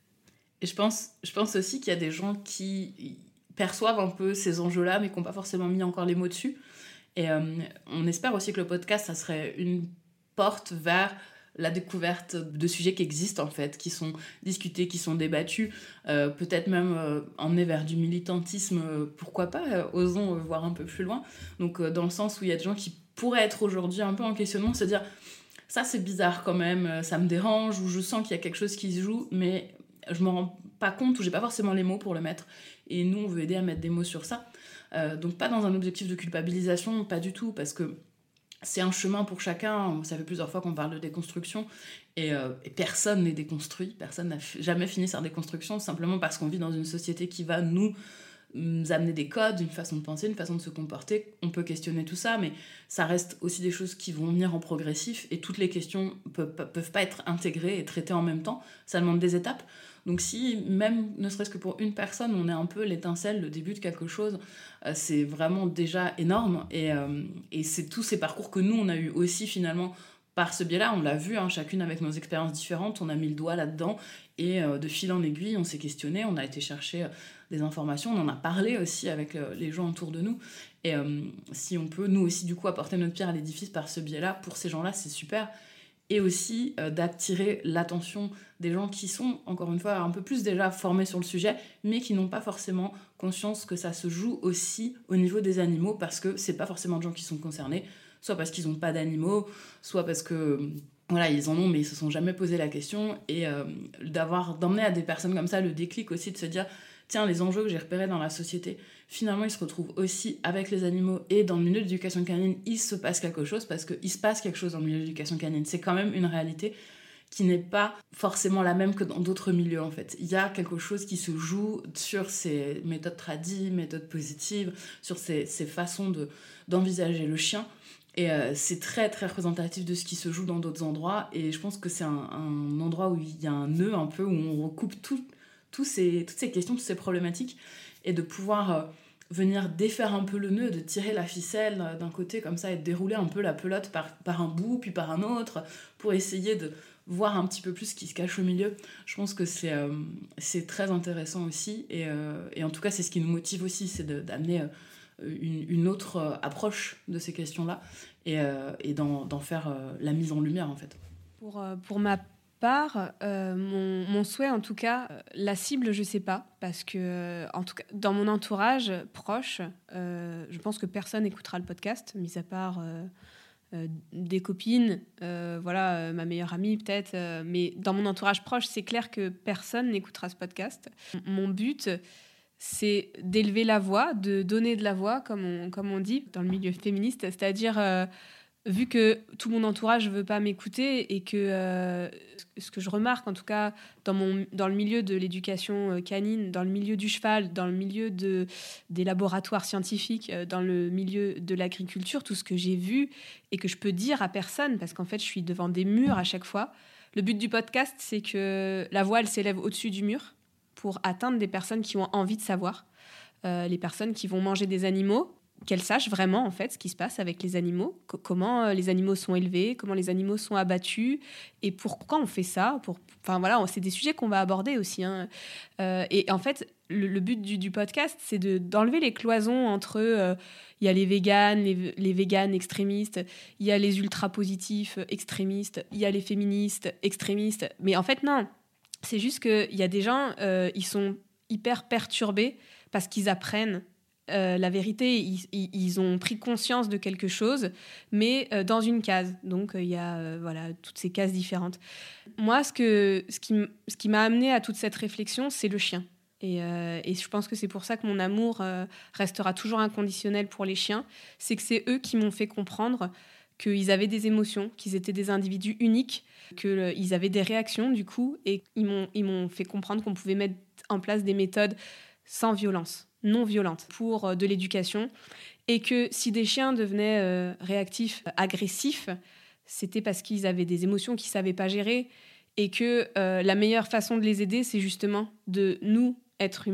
Et je pense, je pense aussi qu'il y a des gens qui perçoivent un peu ces enjeux-là, mais qui n'ont pas forcément mis encore les mots dessus. Et euh, on espère aussi que le podcast, ça serait une porte vers la découverte de sujets qui existent, en fait, qui sont discutés, qui sont débattus, euh, peut-être même euh, emmenés vers du militantisme, euh, pourquoi pas, euh, osons euh, voir un peu plus loin. Donc, euh, dans le sens où il y a des gens qui pourraient être aujourd'hui un peu en questionnement, se dire « ça, c'est bizarre quand même, ça me dérange » ou « je sens qu'il y a quelque chose qui se joue, mais je m'en rends pas compte » ou « j'ai pas forcément les mots pour le mettre ». Et nous, on veut aider à mettre des mots sur ça. Euh, donc, pas dans un objectif de culpabilisation, pas du tout, parce que c'est un chemin pour chacun. Ça fait plusieurs fois qu'on parle de déconstruction et, euh, et personne n'est déconstruit. Personne n'a f- jamais fini sa déconstruction simplement parce qu'on vit dans une société qui va nous, nous amener des codes, une façon de penser, une façon de se comporter. On peut questionner tout ça, mais ça reste aussi des choses qui vont venir en progressif et toutes les questions ne peuvent, peuvent pas être intégrées et traitées en même temps. Ça demande des étapes. Donc si, même ne serait-ce que pour une personne, on est un peu l'étincelle, le début de quelque chose, euh, c'est vraiment déjà énorme. Et, euh, et c'est tous ces parcours que nous, on a eu aussi finalement par ce biais-là. On l'a vu, hein, chacune avec nos expériences différentes, on a mis le doigt là-dedans. Et euh, de fil en aiguille, on s'est questionné, on a été chercher euh, des informations, on en a parlé aussi avec euh, les gens autour de nous. Et euh, si on peut, nous aussi, du coup, apporter notre pierre à l'édifice par ce biais-là, pour ces gens-là, c'est super. Et aussi euh, d'attirer l'attention des gens qui sont, encore une fois, un peu plus déjà formés sur le sujet, mais qui n'ont pas forcément conscience que ça se joue aussi au niveau des animaux, parce que c'est pas forcément des gens qui sont concernés, soit parce qu'ils n'ont pas d'animaux, soit parce que, voilà, ils en ont, mais ils se sont jamais posé la question, et euh, d'avoir, d'emmener à des personnes comme ça le déclic aussi, de se dire, tiens, les enjeux que j'ai repérés dans la société, finalement, ils se retrouvent aussi avec les animaux, et dans le milieu de l'éducation canine, il se passe quelque chose, parce qu'il se passe quelque chose dans le milieu de l'éducation canine. C'est quand même une réalité qui n'est pas forcément la même que dans d'autres milieux, en fait. Il y a quelque chose qui se joue sur ces méthodes tradies, méthodes positives, sur ces, ces façons de, d'envisager le chien. Et euh, c'est très, très représentatif de ce qui se joue dans d'autres endroits. Et je pense que c'est un, un endroit où il y a un nœud un peu, où on recoupe tout, tout ces, toutes ces questions, toutes ces problématiques, et de pouvoir euh, venir défaire un peu le nœud, de tirer la ficelle euh, d'un côté comme ça, et de dérouler un peu la pelote par, par un bout, puis par un autre, pour essayer de voir un petit peu plus ce qui se cache au milieu. Je pense que c'est, euh, c'est très intéressant aussi, et, euh, et en tout cas, c'est ce qui nous motive aussi, c'est de, d'amener euh, une, une autre euh, approche de ces questions-là, et, euh, et d'en, d'en faire euh, la mise en lumière, en fait. Pour, euh, pour ma part, euh, mon, mon souhait, en tout cas, euh, la cible, je sais pas, parce que, euh, en tout cas, dans mon entourage proche, euh, je pense que personne n'écoutera le podcast, mis à part euh, euh, des copines, euh, voilà, euh, ma meilleure amie peut-être, euh, mais dans mon entourage proche, c'est clair que personne n'écoutera ce podcast. Mon but, c'est d'élever la voix, de donner de la voix, comme on, comme on dit dans le milieu féministe, c'est-à-dire... Euh, vu que tout mon entourage ne veut pas m'écouter et que euh, ce que je remarque, en tout cas, dans, mon, dans le milieu de l'éducation canine, dans le milieu du cheval, dans le milieu de, des laboratoires scientifiques, dans le milieu de l'agriculture, tout ce que j'ai vu et que je peux dire à personne, parce qu'en fait, je suis devant des murs à chaque fois. Le but du podcast, c'est que la voix, elle s'élève au-dessus du mur pour atteindre des personnes qui ont envie de savoir, euh, les personnes qui vont manger des animaux, qu'elles sachent vraiment en fait ce qui se passe avec les animaux, co- comment euh, les animaux sont élevés, comment les animaux sont abattus et pourquoi on fait ça. Pour, enfin voilà, c'est des sujets qu'on va aborder aussi. Hein. Euh, et en fait, le, le but du, du podcast, c'est de, d'enlever les cloisons entre il euh, y a les véganes, les, les véganes extrémistes, il y a les ultra positifs extrémistes, il y a les féministes extrémistes. Mais en fait non, c'est juste que il y a des gens, euh, ils sont hyper perturbés parce qu'ils apprennent. Euh, la vérité, ils, ils, ils ont pris conscience de quelque chose, mais euh, dans une case. Donc, il euh, y a euh, voilà, toutes ces cases différentes. Moi, ce, que, ce, qui, m- ce qui m'a amené à toute cette réflexion, c'est le chien. Et, euh, et je pense que c'est pour ça que mon amour euh, restera toujours inconditionnel pour les chiens. C'est que c'est eux qui m'ont fait comprendre qu'ils avaient des émotions, qu'ils étaient des individus uniques, qu'ils euh, avaient des réactions, du coup, et ils m'ont, ils m'ont fait comprendre qu'on pouvait mettre en place des méthodes sans violence, non violente pour euh, de l'éducation, et que si des chiens devenaient euh, réactifs, euh, agressifs, c'était parce qu'ils avaient des émotions qu'ils ne savaient pas gérer, et que euh, la meilleure façon de les aider, c'est justement de nous, êtres humains,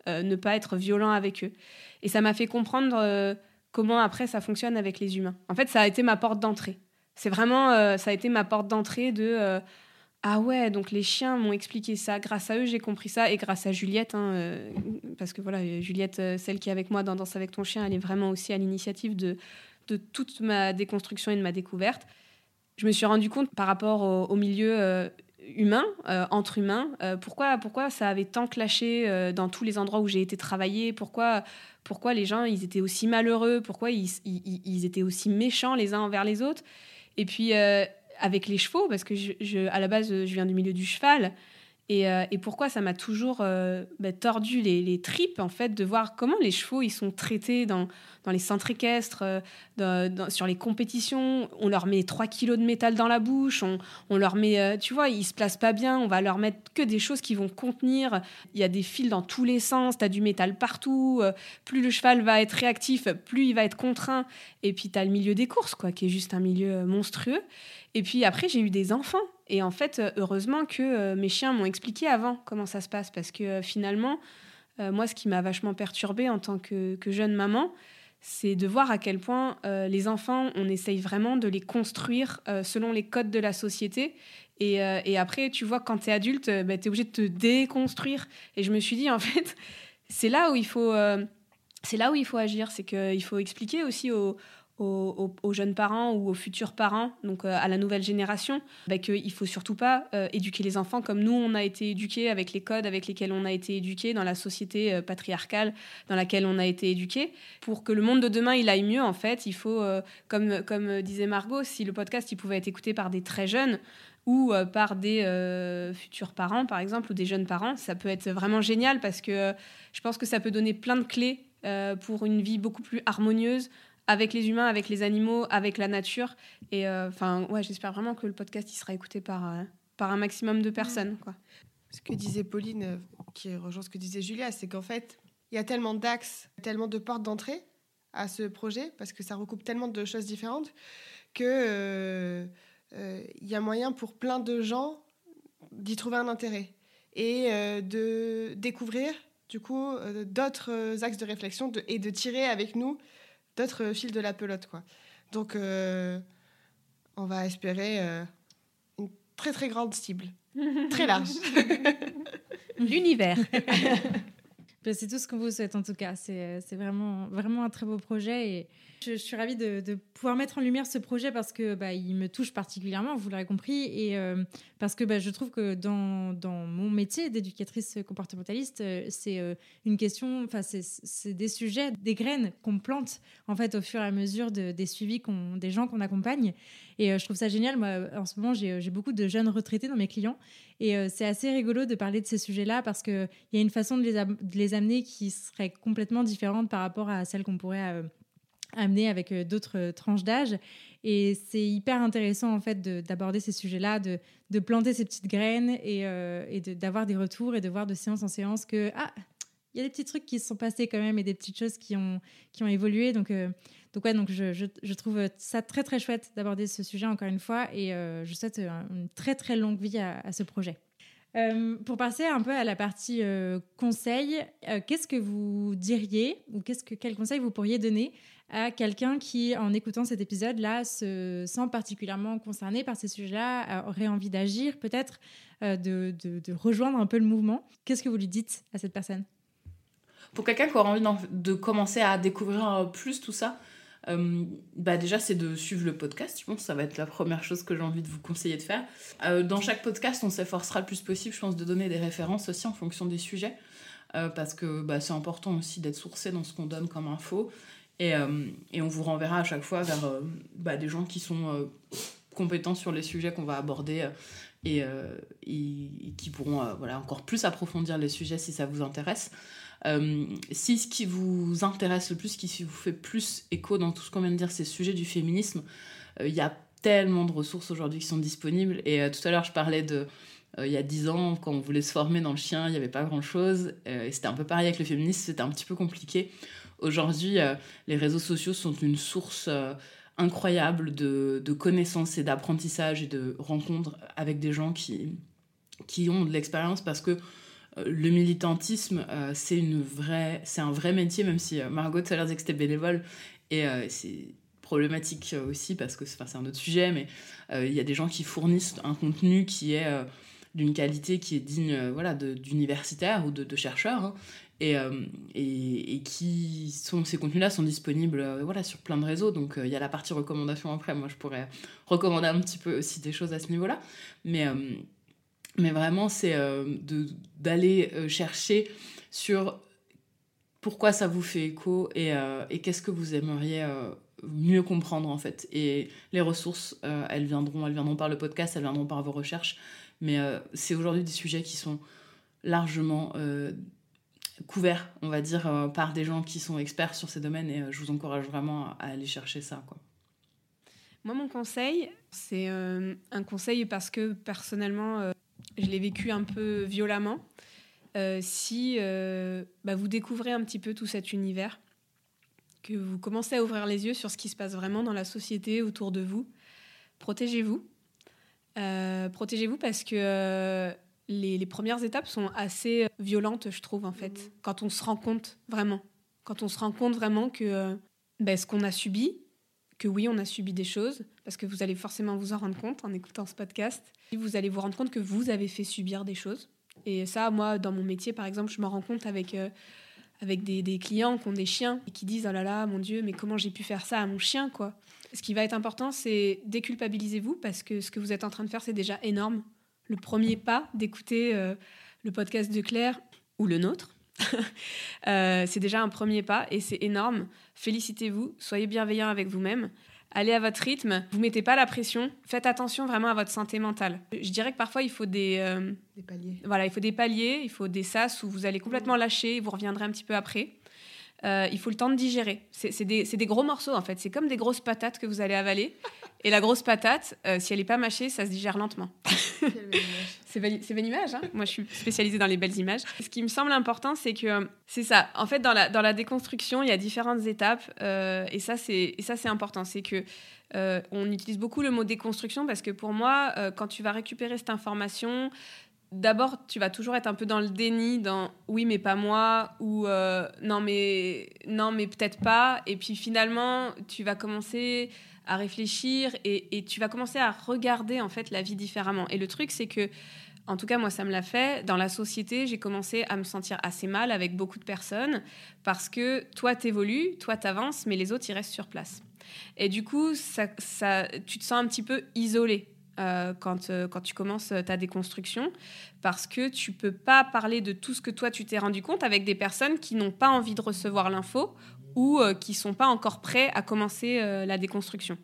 euh, ne pas être violent avec eux. Et ça m'a fait comprendre euh, comment après ça fonctionne avec les humains. En fait, ça a été ma porte d'entrée. C'est vraiment, euh, ça a été ma porte d'entrée de euh, ah ouais, donc les chiens m'ont expliqué ça. Grâce à eux, j'ai compris ça et grâce à Juliette, hein, euh, parce que voilà, Juliette, euh, celle qui est avec moi dans Danse avec ton chien, elle est vraiment aussi à l'initiative de de toute ma déconstruction et de ma découverte. Je me suis rendu compte par rapport au, au milieu euh, humain, euh, entre humains, euh, pourquoi, pourquoi ça avait tant clashé euh, dans tous les endroits où j'ai été travailler, pourquoi, pourquoi les gens ils étaient aussi malheureux, pourquoi ils, ils, ils étaient aussi méchants les uns envers les autres. Et puis euh, avec les chevaux, parce que je, je, à la base je viens du milieu du cheval, et, euh, et pourquoi ça m'a toujours euh, bah, tordu les, les tripes en fait, de voir comment les chevaux ils sont traités dans, dans les centres équestres, euh, dans, dans, sur les compétitions. On leur met trois kilos de métal dans la bouche, on, on leur met, euh, tu vois, ils se placent pas bien, on va leur mettre que des choses qui vont contenir. Il y a des fils dans tous les sens, tu as du métal partout. Euh, plus le cheval va être réactif, plus il va être contraint. Et puis tu as le milieu des courses, quoi, qui est juste un milieu monstrueux. Et puis après, j'ai eu des enfants. Et en fait, heureusement que euh, mes chiens m'ont expliqué avant comment ça se passe. Parce que euh, finalement, euh, moi, ce qui m'a vachement perturbée en tant que, que jeune maman, c'est de voir à quel point euh, les enfants, on essaye vraiment de les construire euh, selon les codes de la société. Et, euh, et après, tu vois, quand tu es adulte, euh, bah, tu es obligé de te déconstruire. Et je me suis dit, en fait, c'est là où il faut, euh, c'est là où il faut agir. C'est qu'il faut expliquer aussi aux... Aux, aux, aux jeunes parents ou aux futurs parents, donc euh, à la nouvelle génération, bah, qu'il ne faut surtout pas euh, éduquer les enfants comme nous, on a été éduqués, avec les codes avec lesquels on a été éduqués, dans la société euh, patriarcale dans laquelle on a été éduqués. Pour que le monde de demain il aille mieux, en fait, il faut, euh, comme, comme disait Margot, si le podcast il pouvait être écouté par des très jeunes ou euh, par des euh, futurs parents, par exemple, ou des jeunes parents, ça peut être vraiment génial parce que euh, je pense que ça peut donner plein de clés euh, pour une vie beaucoup plus harmonieuse, avec les humains, avec les animaux, avec la nature. Et enfin, euh, ouais, j'espère vraiment que le podcast il sera écouté par, euh, par un maximum de personnes, quoi. Ce que disait Pauline, euh, qui rejoint ce que disait Julia, c'est qu'en fait, il y a tellement d'axes, tellement de portes d'entrée à ce projet, parce que ça recoupe tellement de choses différentes, qu'il euh, euh, y a moyen pour plein de gens d'y trouver un intérêt et euh, de découvrir, du coup, euh, d'autres axes de réflexion de, et de tirer avec nous d'autres fils de la pelote, quoi. Donc, euh, on va espérer euh, une très, très grande cible. Très large. L'univers. C'est tout ce qu'on vous souhaite, en tout cas. C'est, c'est vraiment, vraiment un très beau projet. Et je, je suis ravie de, de pouvoir mettre en lumière ce projet parce que bah, il me touche particulièrement, vous l'aurez compris. Et euh, parce que bah, je trouve que dans, dans mon métier d'éducatrice comportementaliste, euh, c'est euh, une question, enfin, c'est, c'est des sujets, des graines qu'on plante en fait, au fur et à mesure de, des suivis qu'on, des gens qu'on accompagne. Et euh, je trouve ça génial. Moi, en ce moment, j'ai, j'ai beaucoup de jeunes retraités dans mes clients. Et euh, c'est assez rigolo de parler de ces sujets-là parce qu'il y a une façon de les, am- de les amener qui serait complètement différente par rapport à celle qu'on pourrait euh, amener avec euh, d'autres euh, tranches d'âge. Et c'est hyper intéressant en fait, de, d'aborder ces sujets-là, de, de planter ces petites graines et, euh, et de, d'avoir des retours et de voir de séance en séance que ah, il y a des petits trucs qui se sont passés quand même et des petites choses qui ont, qui ont évolué. Donc... Euh, Donc, ouais, donc je, je, je trouve ça très, très chouette d'aborder ce sujet encore une fois et euh, je souhaite une très, très longue vie à, à ce projet. Euh, pour passer un peu à la partie euh, conseil, euh, qu'est-ce que vous diriez ou qu'est-ce que, quel conseil vous pourriez donner à quelqu'un qui, en écoutant cet épisode-là, se sent particulièrement concerné par ces sujets-là, aurait envie d'agir peut-être, euh, de, de, de rejoindre un peu le mouvement? Qu'est-ce que vous lui dites à cette personne? Pour quelqu'un qui aura envie de commencer à découvrir plus tout ça, Euh, bah déjà c'est de suivre le podcast. Je pense que ça va être la première chose que j'ai envie de vous conseiller de faire. Euh, dans chaque podcast on s'efforcera le plus possible, je pense, de donner des références aussi en fonction des sujets, euh, parce que bah, c'est important aussi d'être sourcé dans ce qu'on donne comme info et, euh, et on vous renverra à chaque fois vers euh, bah, des gens qui sont euh, compétents sur les sujets qu'on va aborder euh, et, euh, et, et qui pourront euh, voilà, encore plus approfondir les sujets si ça vous intéresse. Euh, si ce qui vous intéresse le plus, ce qui vous fait plus écho dans tout ce qu'on vient de dire, c'est le sujet du féminisme, il euh, y a tellement de ressources aujourd'hui qui sont disponibles. Et euh, tout à l'heure, je parlais de euh, il y a dix ans, quand on voulait se former dans le chien, il n'y avait pas grand-chose. Euh, et c'était un peu pareil avec le féminisme, c'était un petit peu compliqué. Aujourd'hui, euh, les réseaux sociaux sont une source euh, incroyable de, de connaissances et d'apprentissage et de rencontres avec des gens qui, qui ont de l'expérience, parce que euh, le militantisme, euh, c'est, une vraie, c'est un vrai métier, même si euh, Margot, tout à l'heure, disait que c'était bénévole. Et euh, c'est problématique aussi, parce que c'est, c'est un autre sujet, mais il euh, y a des gens qui fournissent un contenu qui est euh, d'une qualité qui est digne euh, voilà, de, d'universitaires ou de, de chercheurs, hein, et, euh, et, et qui sont, ces contenus-là sont disponibles euh, voilà, sur plein de réseaux. Donc il euh, y a la partie recommandation après. Moi, je pourrais recommander un petit peu aussi des choses à ce niveau-là. Mais, euh, mais vraiment, c'est euh, de, d'aller euh, chercher sur pourquoi ça vous fait écho et, euh, et qu'est-ce que vous aimeriez euh, mieux comprendre, en fait. Et les ressources, euh, elles viendront, elles viendront par le podcast, elles viendront par vos recherches. Mais euh, c'est aujourd'hui des sujets qui sont largement euh, couverts, on va dire, euh, par des gens qui sont experts sur ces domaines. Et euh, je vous encourage vraiment à aller chercher ça, quoi. Moi, mon conseil, c'est euh, un conseil parce que, personnellement, euh, je l'ai vécu un peu violemment. Euh, si euh, bah, vous découvrez un petit peu tout cet univers, que vous commencez à ouvrir les yeux sur ce qui se passe vraiment dans la société autour de vous, protégez-vous. Euh, protégez-vous parce que euh, les, les premières étapes sont assez violentes, je trouve, en fait. Mmh. Quand on se rend compte, vraiment. Quand on se rend compte vraiment que euh, bah, ce qu'on a subi, que oui, on a subi des choses, parce que vous allez forcément vous en rendre compte en écoutant ce podcast. Vous allez vous rendre compte que vous avez fait subir des choses. Et ça, moi, dans mon métier, par exemple, je me rends compte avec, euh, avec des, des clients qui ont des chiens et qui disent « Oh là là, mon Dieu, mais comment j'ai pu faire ça à mon chien, quoi ?» Ce qui va être important, c'est déculpabilisez-vous parce que ce que vous êtes en train de faire, c'est déjà énorme. Le premier pas d'écouter euh, le podcast de Claire ou le nôtre, euh, c'est déjà un premier pas et c'est énorme. Félicitez-vous, soyez bienveillants avec vous-même. Allez à votre rythme, vous mettez pas la pression, faites attention vraiment à votre santé mentale. Je dirais que parfois il faut des, euh, des paliers. Voilà, il faut des paliers, il faut des sas où vous allez complètement lâcher, vous reviendrez un petit peu après. Euh, il faut le temps de digérer. C'est, c'est, des, c'est des gros morceaux en fait, c'est comme des grosses patates que vous allez avaler. Et la grosse patate, euh, si elle n'est pas mâchée, ça se digère lentement. c'est, belle, c'est belle image, hein. Moi je suis spécialisée dans les belles images. Ce qui me semble important, c'est que euh, c'est ça. En fait, dans la, dans la déconstruction, il y a différentes étapes euh, et, ça, c'est, et ça c'est important. C'est que euh, on utilise beaucoup le mot déconstruction parce que pour moi, euh, quand tu vas récupérer cette information, d'abord, tu vas toujours être un peu dans le déni, dans « oui, mais pas moi » ou euh, « non, mais, non, mais peut-être pas ». Et puis finalement, tu vas commencer à réfléchir et, et tu vas commencer à regarder en fait la vie différemment. Et le truc, c'est que, en tout cas, moi, ça me l'a fait. Dans la société, j'ai commencé à me sentir assez mal avec beaucoup de personnes parce que toi, t'évolues, toi, t'avances, mais les autres, ils restent sur place. Et du coup, ça, ça, tu te sens un petit peu isolé. Euh, quand, euh, quand tu commences ta déconstruction parce que tu peux pas parler de tout ce que toi tu t'es rendu compte avec des personnes qui n'ont pas envie de recevoir l'info ou euh, qui sont pas encore prêts à commencer euh, la déconstruction.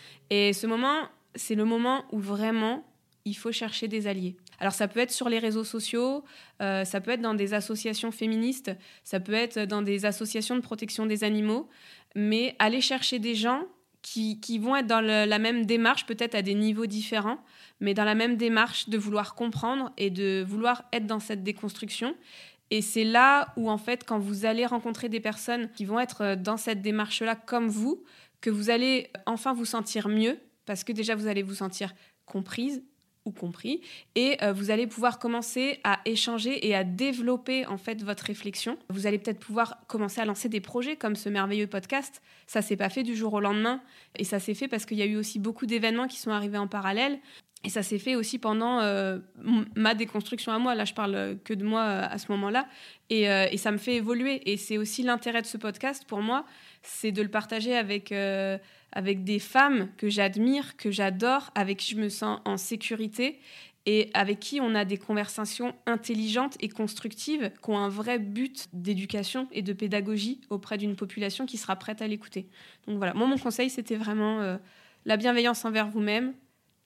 Et ce moment, c'est le moment où vraiment il faut chercher des alliés. Alors ça peut être sur les réseaux sociaux, euh, ça peut être dans des associations féministes, ça peut être dans des associations de protection des animaux, mais aller chercher des gens Qui, qui vont être dans le, la même démarche, peut-être à des niveaux différents, mais dans la même démarche de vouloir comprendre et de vouloir être dans cette déconstruction. Et c'est là où, en fait, quand vous allez rencontrer des personnes qui vont être dans cette démarche-là comme vous, que vous allez enfin vous sentir mieux, parce que déjà, vous allez vous sentir comprise ou compris, et euh, vous allez pouvoir commencer à échanger et à développer en fait votre réflexion. Vous allez peut-être pouvoir commencer à lancer des projets comme ce merveilleux podcast. Ça s'est pas fait du jour au lendemain, et ça s'est fait parce qu'il y a eu aussi beaucoup d'événements qui sont arrivés en parallèle, et ça s'est fait aussi pendant euh, ma déconstruction à moi. Là, je parle que de moi à ce moment-là, et, euh, et ça me fait évoluer. Et c'est aussi l'intérêt de ce podcast pour moi, c'est de le partager avec euh, avec des femmes que j'admire, que j'adore, avec qui je me sens en sécurité et avec qui on a des conversations intelligentes et constructives qui ont un vrai but d'éducation et de pédagogie auprès d'une population qui sera prête à l'écouter. Donc voilà, moi mon conseil c'était vraiment euh, la bienveillance envers vous-même,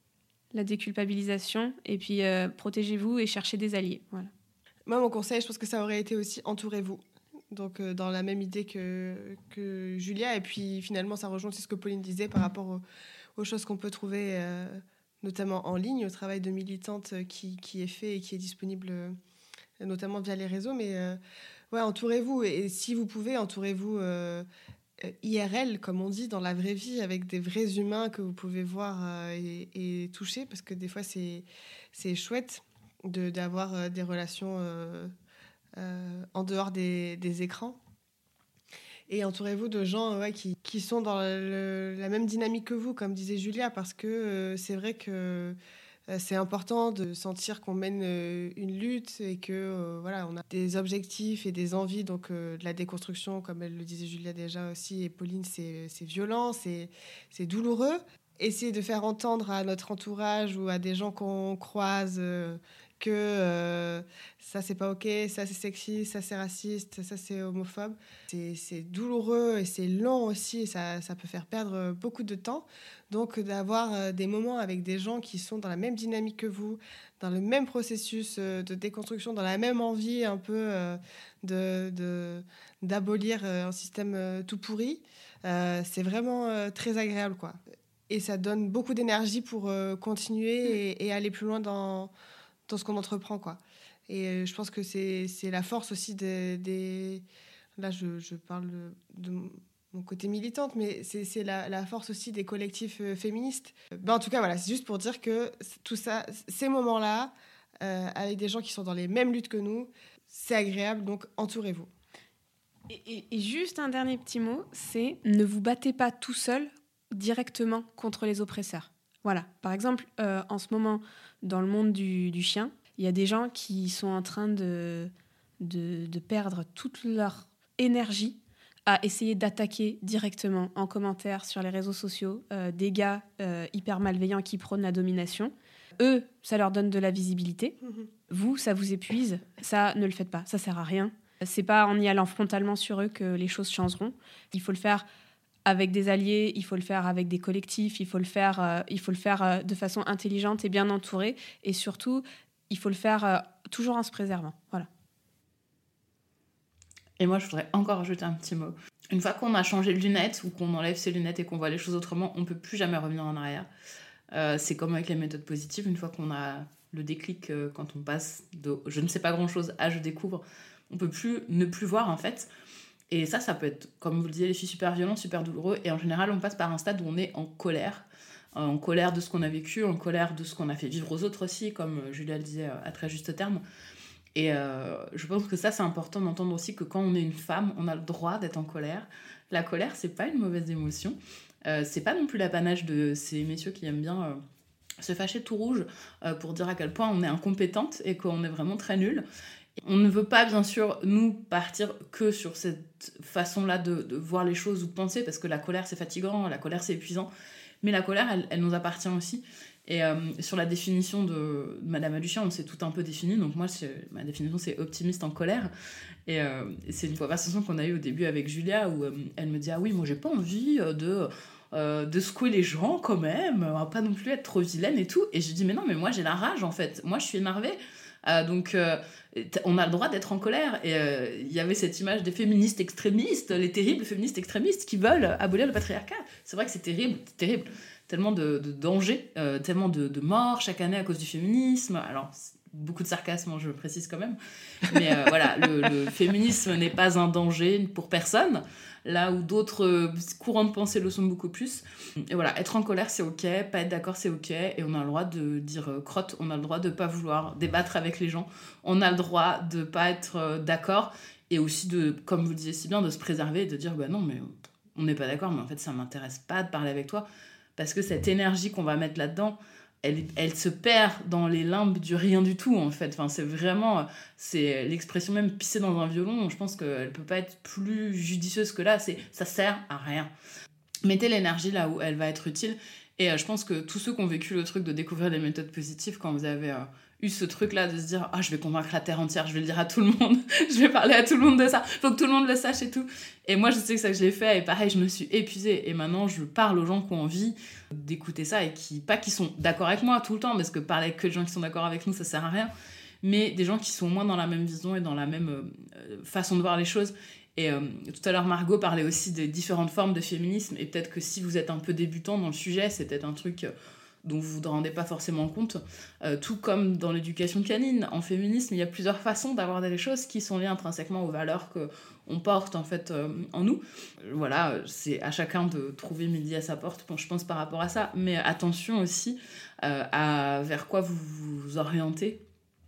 la déculpabilisation et puis euh, protégez-vous et cherchez des alliés. Voilà. Moi mon conseil, je pense que ça aurait été aussi entourez-vous. Donc euh, dans la même idée que, que Julia, et puis finalement ça rejoint aussi ce que Pauline disait par rapport aux, aux choses qu'on peut trouver euh, notamment en ligne, au travail de militante qui, qui est fait et qui est disponible euh, notamment via les réseaux, mais euh, ouais, entourez-vous, et, et si vous pouvez, entourez-vous euh, I R L, comme on dit, dans la vraie vie, avec des vrais humains que vous pouvez voir euh, et, et toucher, parce que des fois c'est, c'est chouette. de, d'avoir euh, des relations euh, euh, en dehors des, des écrans. Et entourez-vous de gens ouais, qui, qui sont dans le, la même dynamique que vous, comme disait Julia, parce que euh, c'est vrai que euh, c'est important de sentir qu'on mène euh, une lutte et que euh, voilà, on a des objectifs et des envies, donc euh, de la déconstruction, comme elle le disait Julia déjà aussi, et Pauline, c'est, c'est violent, c'est, c'est douloureux. Essayer de faire entendre à notre entourage ou à des gens qu'on croise euh, que euh, ça c'est pas ok, ça c'est sexiste, ça c'est raciste, ça c'est homophobe. C'est, c'est douloureux et c'est long aussi, et ça, ça peut faire perdre beaucoup de temps. Donc d'avoir des moments avec des gens qui sont dans la même dynamique que vous, dans le même processus de déconstruction, dans la même envie un peu euh, de, de, d'abolir un système tout pourri, euh, c'est vraiment euh, très agréable, quoi. Et ça donne beaucoup d'énergie pour euh, continuer et, et aller plus loin dans dans ce qu'on entreprend, quoi. Et euh, je pense que c'est, c'est la force aussi des... des... Là, je, je parle de, de mon côté militante, mais c'est, c'est la, la force aussi des collectifs euh, féministes. Ben, en tout cas, voilà, c'est juste pour dire que tout ça, ces moments-là, euh, avec des gens qui sont dans les mêmes luttes que nous, c'est agréable, donc entourez-vous. Et, et, et juste un dernier petit mot, c'est ne vous battez pas tout seul directement contre les oppresseurs. Voilà, par exemple, euh, en ce moment, dans le monde du, du chien, il y a des gens qui sont en train de, de, de perdre toute leur énergie à essayer d'attaquer directement en commentaire sur les réseaux sociaux euh, des gars euh, hyper malveillants qui prônent la domination. Eux, ça leur donne de la visibilité. Mmh. Vous, ça vous épuise. Ça, ne le faites pas. Ça sert à rien. C'est pas en y allant frontalement sur eux que les choses changeront. Il faut le faire avec des alliés, il faut le faire avec des collectifs, il faut le faire, euh, il faut le faire euh, de façon intelligente et bien entourée. Et surtout, il faut le faire euh, toujours en se préservant. Voilà. Et moi, je voudrais encore rajouter un petit mot. Une fois qu'on a changé de lunettes ou qu'on enlève ses lunettes et qu'on voit les choses autrement, on ne peut plus jamais revenir en arrière. Euh, c'est comme avec les méthodes positives. Une fois qu'on a le déclic, euh, quand on passe de je ne sais pas grand-chose à je découvre, on ne peut plus ne plus voir, en fait. Et ça, ça peut être, comme vous le disiez, les filles super violents, super douloureux. Et en général, on passe par un stade où on est en colère. Euh, en colère de ce qu'on a vécu, en colère de ce qu'on a fait vivre aux autres aussi, comme Julia le disait à très juste terme. Et euh, je pense que ça, c'est important d'entendre aussi que quand on est une femme, on a le droit d'être en colère. La colère, c'est pas une mauvaise émotion. Euh, c'est pas non plus l'apanage de ces messieurs qui aiment bien euh, se fâcher tout rouge euh, pour dire à quel point on est incompétente et qu'on est vraiment très nulle. On ne veut pas, bien sûr, nous partir que sur cette façon-là de, de voir les choses ou de penser, parce que la colère, c'est fatigant, la colère, c'est épuisant. Mais la colère, elle, elle nous appartient aussi. Et euh, sur la définition de Madame Aduchien, on s'est tout un peu défini. Donc moi, ma définition, c'est optimiste en colère. Et euh, c'est une conversation qu'on a eue au début avec Julia, où euh, elle me dit « Ah oui, moi, j'ai pas envie de... Euh, de secouer les gens quand même, on va pas non plus être trop vilaine et tout. » Et je dis « Mais non, mais moi, j'ai la rage, en fait. Moi, je suis énervée. Euh, donc, euh, on a le droit d'être en colère. » Et il euh, y avait cette image des féministes extrémistes, les terribles féministes extrémistes qui veulent abolir le patriarcat. C'est vrai que c'est terrible, c'est terrible. Tellement de, de dangers, euh, tellement de, de morts chaque année à cause du féminisme. Alors, beaucoup de sarcasme, je le précise quand même. Mais euh, voilà, le, le féminisme n'est pas un danger pour personne, là où d'autres euh, courants de pensée le sont beaucoup plus. Et voilà, être en colère, c'est ok, pas être d'accord, c'est ok, et on a le droit de dire euh, crotte, on a le droit de pas vouloir débattre avec les gens, on a le droit de pas être euh, d'accord, et aussi de, comme vous le disiez si bien, de se préserver et de dire bah non, mais on n'est pas d'accord, mais en fait, ça m'intéresse pas de parler avec toi, parce que cette énergie qu'on va mettre là-dedans, Elle, elle se perd dans les limbes du rien du tout, en fait. Enfin, c'est vraiment... C'est l'expression même « pisser dans un violon ». Je pense qu'elle ne peut pas être plus judicieuse que là. C'est, ça sert à rien. Mettez l'énergie là où elle va être utile. Et euh, je pense que tous ceux qui ont vécu le truc de découvrir les méthodes positives, quand vous avez euh, eu ce truc-là de se dire « Ah, je vais convaincre la Terre entière, je vais le dire à tout le monde. Je vais parler à tout le monde de ça. Il faut que tout le monde le sache et tout. » Et moi, je sais que ça que je l'ai fait. Et pareil, je me suis épuisée. Et maintenant, je parle aux gens qui ont envie d'écouter ça et qui, pas qui sont d'accord avec moi tout le temps, parce que parler avec que des gens qui sont d'accord avec nous, ça sert à rien, mais des gens qui sont moins dans la même vision et dans la même euh, façon de voir les choses. Et euh, tout à l'heure, Margot parlait aussi des différentes formes de féminisme, et peut-être que si vous êtes un peu débutant dans le sujet, c'est peut-être un truc dont vous ne vous rendez pas forcément compte. Euh, tout comme dans l'éducation canine, en féminisme, il y a plusieurs façons d'aborder les choses qui sont liées intrinsèquement aux valeurs qu'on porte en fait euh, en nous. Voilà, c'est à chacun de trouver midi à sa porte, bon, je pense, par rapport à ça. Mais attention aussi euh, à vers quoi vous vous orientez.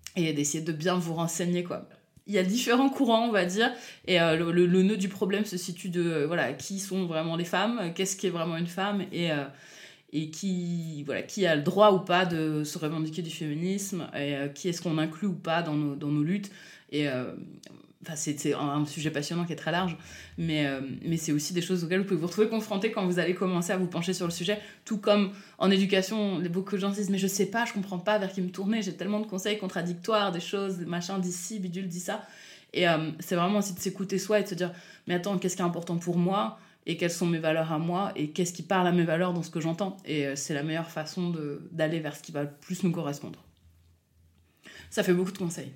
et d'essayer de bien vous renseigner, quoi. Il y a différents courants, on va dire, et euh, le, le, le nœud du problème se situe de euh, voilà, qui sont vraiment les femmes, qu'est-ce qui est vraiment une femme, et, euh, et qui, voilà, qui a le droit ou pas de se revendiquer du féminisme, et euh, qui est-ce qu'on inclut ou pas dans nos, dans nos luttes. Et euh, enfin, c'est, c'est un sujet passionnant qui est très large, mais, euh, mais c'est aussi des choses auxquelles vous pouvez vous retrouver confrontés quand vous allez commencer à vous pencher sur le sujet, tout comme en éducation, beaucoup de gens se disent « mais je sais pas, je comprends pas vers qui me tourner, j'ai tellement de conseils contradictoires, des choses, machin, dis ci, bidule, dis ça ». Et euh, c'est vraiment aussi de s'écouter soi et de se dire « mais attends, qu'est-ce qui est important pour moi ? Et quelles sont mes valeurs à moi ? Et qu'est-ce qui parle à mes valeurs dans ce que j'entends ?» Et euh, c'est la meilleure façon de, d'aller vers ce qui va le plus nous correspondre. Ça fait beaucoup de conseils.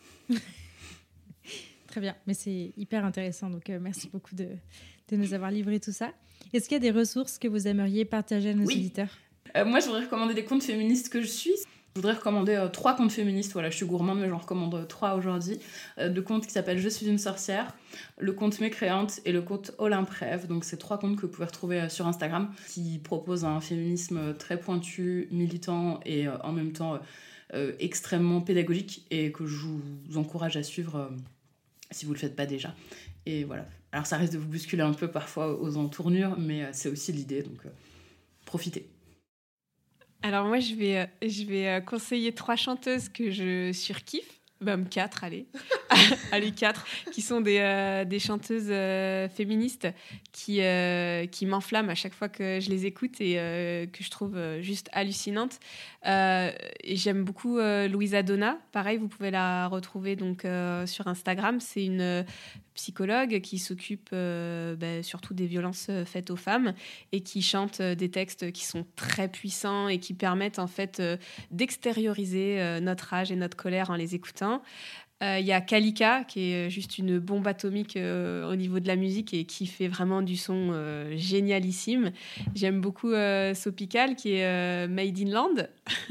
Très bien, mais c'est hyper intéressant, donc euh, merci beaucoup de, de nous avoir livré tout ça. Est-ce qu'il y a des ressources que vous aimeriez partager à nos oui. auditeurs ? euh, Moi, je voudrais recommander des comptes féministes que je suis. Je voudrais recommander euh, trois comptes féministes. Voilà, je suis gourmande, mais j'en recommande euh, trois aujourd'hui. Euh, deux comptes qui s'appellent Je suis une sorcière, le compte Mécréante et le compte Olympe Rêve. Donc, c'est trois comptes que vous pouvez retrouver euh, sur Instagram qui proposent un féminisme très pointu, militant et euh, en même temps euh, euh, extrêmement pédagogique et que je vous encourage à suivre euh, si vous ne le faites pas déjà. Et voilà. Alors, ça risque de vous bousculer un peu parfois aux entournures, mais euh, c'est aussi l'idée, donc euh, profitez. Alors moi, je vais, euh, je vais euh, conseiller trois chanteuses que je surkiffe. Même quatre, allez. allez, quatre. Qui sont des, euh, des chanteuses euh, féministes qui, euh, qui m'enflamment à chaque fois que je les écoute et euh, que je trouve euh, juste hallucinantes. Euh, et j'aime beaucoup euh, Louisa Donna. Pareil, vous pouvez la retrouver donc, euh, sur Instagram. C'est une euh, psychologue qui s'occupe euh, bah, surtout des violences euh, faites aux femmes et qui chante euh, des textes qui sont très puissants et qui permettent en fait euh, d'extérioriser euh, notre rage et notre colère en les écoutant. Il euh, y a Kalika, qui est juste une bombe atomique euh, au niveau de la musique et qui fait vraiment du son euh, génialissime. J'aime beaucoup euh, Sopical, qui est euh, Made in Land.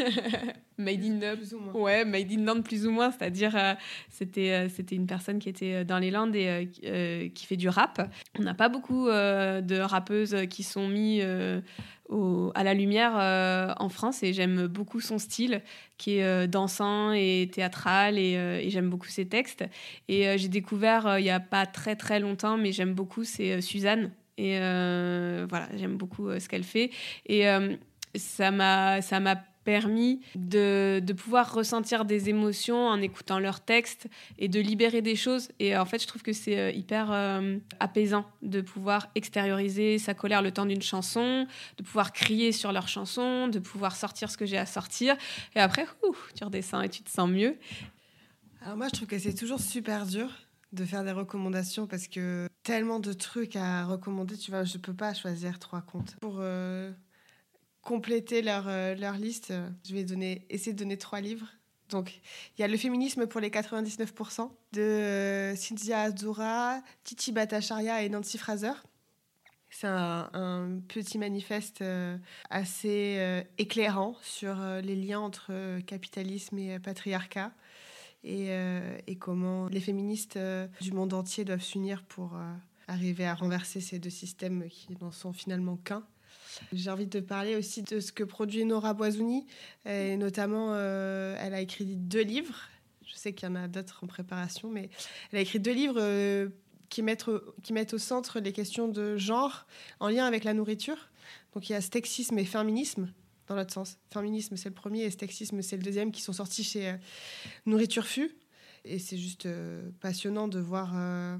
Made in plus ou moins. Ouais, Made in Land plus ou moins, c'est-à-dire euh, c'était euh, c'était une personne qui était dans les Landes et euh, euh, qui fait du rap. On n'a pas beaucoup euh, de rappeuses qui sont mis euh, au, à la lumière euh, en France et j'aime beaucoup son style qui est euh, dansant et théâtral et, euh, et j'aime beaucoup ses textes. Et euh, j'ai découvert euh, il y a pas très très longtemps, mais j'aime beaucoup, c'est euh, Suzanne. Et euh, voilà, j'aime beaucoup euh, ce qu'elle fait. Et euh, ça m'a ça m'a permis de, de pouvoir ressentir des émotions en écoutant leurs textes et de libérer des choses. Et en fait, je trouve que c'est hyper euh, apaisant de pouvoir extérioriser sa colère le temps d'une chanson, de pouvoir crier sur leur chanson, de pouvoir sortir ce que j'ai à sortir. Et après, ouf, tu redescends et tu te sens mieux. Alors moi, je trouve que c'est toujours super dur de faire des recommandations parce que tellement de trucs à recommander, tu vois, je peux pas choisir trois comptes. Pour... Euh... compléter leur, euh, leur liste, euh, je vais donner, essayer de donner trois livres. Donc, il y a Le féminisme pour les quatre-vingt-dix-neuf pour cent de euh, Cynthia Azura, Titi Bhattacharya et Nancy Fraser. C'est un, un petit manifeste euh, assez euh, éclairant sur euh, les liens entre euh, capitalisme et euh, patriarcat et, euh, et comment les féministes euh, du monde entier doivent s'unir pour euh, arriver à renverser ces deux systèmes qui n'en sont finalement qu'un. J'ai envie de parler aussi de ce que produit Nora Boisouni. Et notamment, euh, elle a écrit deux livres. Je sais qu'il y en a d'autres en préparation, mais elle a écrit deux livres euh, qui, mettent, qui mettent au centre les questions de genre en lien avec la nourriture. Donc, il y a Stexisme et Féminisme, dans l'autre sens. Féminisme, c'est le premier, et Stexisme, c'est le deuxième, qui sont sortis chez euh, Nourriture Fu. Et c'est juste euh, passionnant de voir... Euh,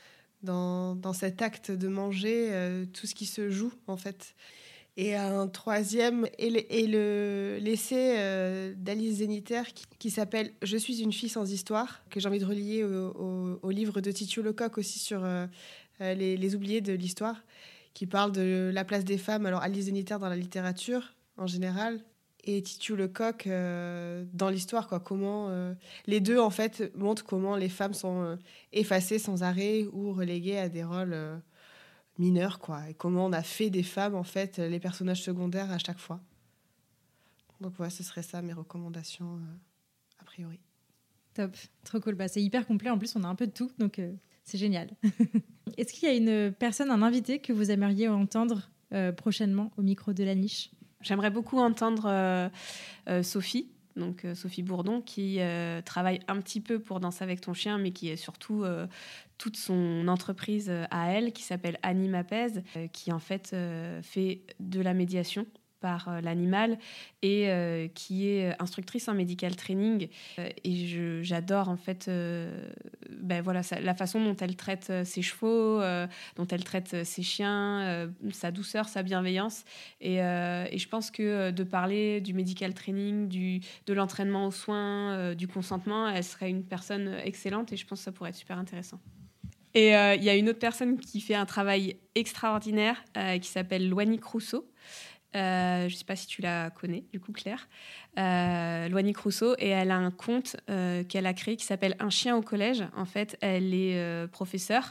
dans, dans cet acte de manger euh, tout ce qui se joue, en fait. Et un troisième est, le, est le, l'essai euh, d'Alice Zeniter qui, qui s'appelle « Je suis une fille sans histoire », que j'ai envie de relier au, au, au livre de Titiou Lecoq aussi sur euh, les, les oubliés de l'histoire, qui parle de la place des femmes. Alors Alice Zeniter dans la littérature en général, et Titiou Lecoq euh, dans l'histoire, quoi. Comment euh, les deux en fait montrent comment les femmes sont euh, effacées sans arrêt ou reléguées à des rôles euh, mineurs, quoi, et comment on a fait des femmes en fait les personnages secondaires à chaque fois. Donc voilà, ce serait ça mes recommandations euh, a priori. Top, trop cool. Bah, c'est hyper complet. En plus, on a un peu de tout, donc euh, c'est génial. Est-ce qu'il y a une personne, un invité que vous aimeriez entendre euh, prochainement au micro de la niche ? J'aimerais beaucoup entendre euh, euh, Sophie, donc euh, Sophie Bourdon, qui euh, travaille un petit peu pour Danser avec ton chien, mais qui est surtout euh, toute son entreprise à elle, qui s'appelle Anime Apaise, euh, qui en fait euh, fait de la médiation par euh, l'animal et euh, qui est instructrice en medical training. Euh, et je, j'adore en fait euh, ben voilà, ça, la façon dont elle traite euh, ses chevaux, euh, dont elle traite euh, ses chiens, euh, sa douceur, sa bienveillance. Et, euh, et je pense que euh, de parler du medical training, du, de l'entraînement aux soins, euh, du consentement, elle serait une personne excellente et je pense que ça pourrait être super intéressant. Et il euh, y a une autre personne qui fait un travail extraordinaire euh, qui s'appelle Loanie Rousseau. Euh, je ne sais pas si tu la connais, du coup, Claire. Euh, Loanie Rousseau, et elle a un compte euh, qu'elle a créé qui s'appelle Un chien au collège. En fait, elle est euh, professeure.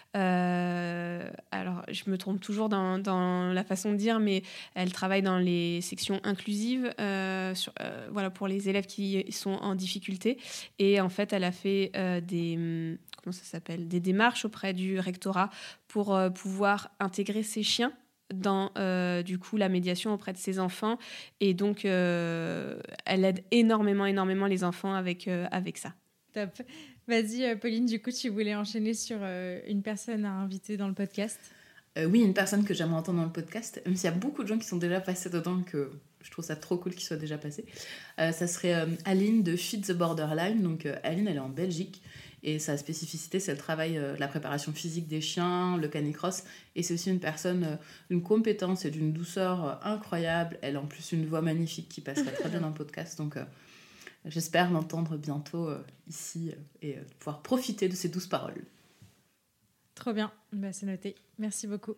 Euh, alors, je me trompe toujours dans, dans la façon de dire, mais elle travaille dans les sections inclusives euh, sur, euh, voilà, pour les élèves qui sont en difficulté. Et en fait, elle a fait euh, des, comment ça s'appelle, des démarches auprès du rectorat pour euh, pouvoir intégrer ses chiens dans euh, du coup la médiation auprès de ses enfants, et donc euh, elle aide énormément énormément les enfants avec, euh, avec ça. Top. Vas-y euh, Pauline, du coup tu voulais enchaîner sur euh, une personne à inviter dans le podcast. Euh, oui, une personne que j'aimerais entendre dans le podcast, même s'il y a beaucoup de gens qui sont déjà passés dedans, que je trouve ça trop cool qu'ils soient déjà passés. Euh, ça serait euh, Aline de Feed the Borderline. Donc euh, Aline, elle est en Belgique. Et sa spécificité, c'est le travail, euh, la préparation physique des chiens, le canicross. Et c'est aussi une personne euh, d'une compétence et d'une douceur euh, incroyable. Elle a en plus une voix magnifique qui passerait très bien dans le podcast. Donc, euh, j'espère l'entendre bientôt euh, ici euh, et euh, pouvoir profiter de ces douces paroles. Trop bien, bah, c'est noté. Merci beaucoup.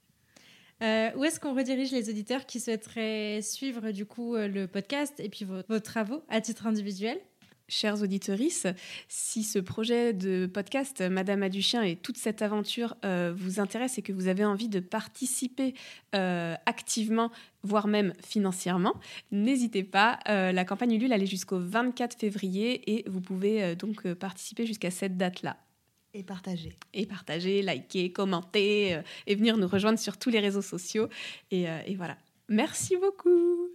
Euh, où est-ce qu'on redirige les auditeurs qui souhaiteraient suivre du coup euh, le podcast et puis vos, vos travaux à titre individuel ? Chères auditrices, si ce projet de podcast Madame a du chien et toute cette aventure euh, vous intéresse et que vous avez envie de participer euh, activement, voire même financièrement, n'hésitez pas. Euh, la campagne Ulule elle est jusqu'au vingt-quatre février et vous pouvez euh, donc euh, participer jusqu'à cette date-là. Et partager. Et partager, liker, commenter euh, et venir nous rejoindre sur tous les réseaux sociaux. Et, euh, et voilà. Merci beaucoup.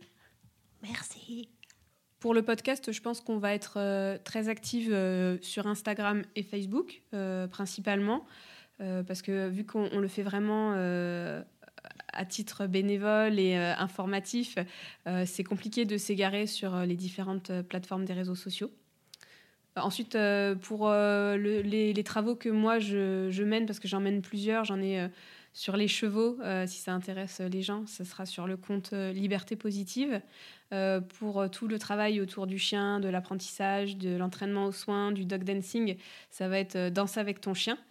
Merci. Pour le podcast, je pense qu'on va être euh, très active euh, sur Instagram et Facebook, euh, principalement, euh, parce que vu qu'on on le fait vraiment euh, à titre bénévole et euh, informatif, euh, c'est compliqué de s'égarer sur les différentes plateformes des réseaux sociaux. Ensuite, euh, pour euh, le, les, les travaux que moi, je, je mène, parce que j'en mène plusieurs, j'en ai... Euh, sur les chevaux, euh, si ça intéresse les gens, ça sera sur le compte euh, Liberté Positive. Euh, pour euh, tout le travail autour du chien, de l'apprentissage, de l'entraînement aux soins, du dog dancing, ça va être euh, Danse avec ton chien.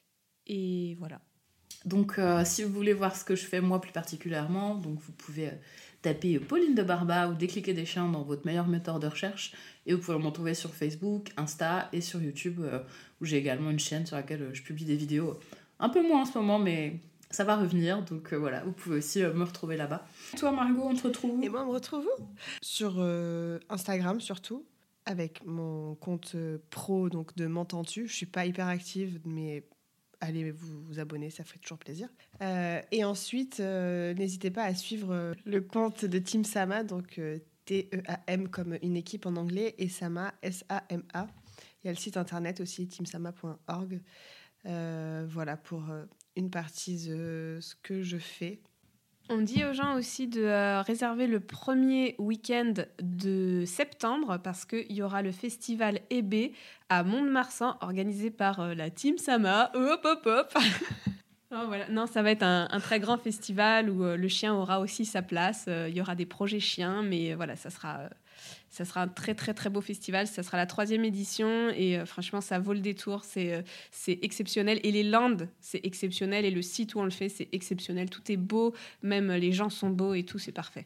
Et voilà. Donc, euh, si vous voulez voir ce que je fais moi plus particulièrement, donc vous pouvez euh, taper Pauline de Barba ou décliquer des chiens dans votre meilleur moteur de recherche, et vous pouvez me retrouver sur Facebook, Insta et sur YouTube, euh, où j'ai également une chaîne sur laquelle euh, je publie des vidéos. Un peu moins en ce moment, mais ça va revenir. Donc euh, voilà, vous pouvez aussi euh, me retrouver là-bas. Toi, Margot, on te retrouve où ? Et moi, on me retrouve où ? Sur euh, Instagram, surtout, avec mon compte euh, pro donc de M'entends-tu. Je suis pas hyper active, mais allez vous, vous abonner, ça ferait toujours plaisir. Euh, et ensuite, euh, n'hésitez pas à suivre euh, le compte de Team Sama, donc euh, T E A M comme une équipe en anglais, et Sama, S A M A. Il y a le site internet aussi, team sama point org. Euh, voilà pour euh, une partie de ce que je fais. On dit aux gens aussi de euh, réserver le premier week-end de septembre parce qu'il y aura le festival E B à Mont-de-Marsan organisé par euh, la Team Sama. Hop, hop, hop. Oh, voilà. Non, ça va être un, un très grand festival où euh, le chien aura aussi sa place. Euh, il y aura des projets chiens, mais euh, voilà, ça sera... Euh, Ça sera un très, très, très beau festival. Ça sera la troisième édition et euh, franchement, ça vaut le détour. C'est, euh, c'est exceptionnel. Et les Landes, c'est exceptionnel. Et le site où on le fait, c'est exceptionnel. Tout est beau. Même les gens sont beaux et tout, c'est parfait.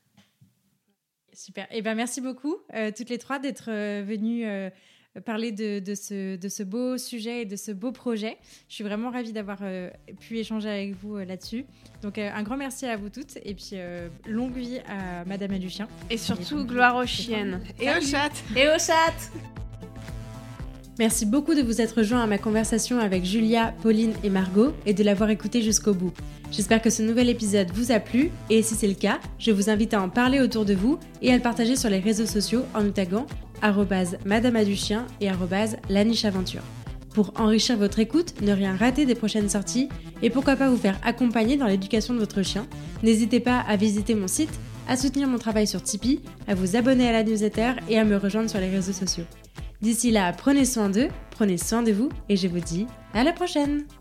Super. Eh ben, merci beaucoup, euh, toutes les trois, d'être euh, venues euh, parler de, de, ce, de ce beau sujet et de ce beau projet. Je suis vraiment ravie d'avoir euh, pu échanger avec vous euh, là-dessus. Donc, euh, un grand merci à vous toutes. Et puis, euh, longue vie à Madame a du chien. Et surtout, et gloire aux chiennes. Et aux chattes. Et aux chattes. Merci beaucoup de vous être rejoints à ma conversation avec Julia, Pauline et Margot et de l'avoir écouté jusqu'au bout. J'espère que ce nouvel épisode vous a plu et si c'est le cas, je vous invite à en parler autour de vous et à le partager sur les réseaux sociaux en nous taguant arobase madame a du chien et arobase la niche aventure. Pour enrichir votre écoute, ne rien rater des prochaines sorties et pourquoi pas vous faire accompagner dans l'éducation de votre chien, n'hésitez pas à visiter mon site, à soutenir mon travail sur Tipeee, à vous abonner à la newsletter et à me rejoindre sur les réseaux sociaux. D'ici là, prenez soin d'eux, prenez soin de vous et je vous dis à la prochaine!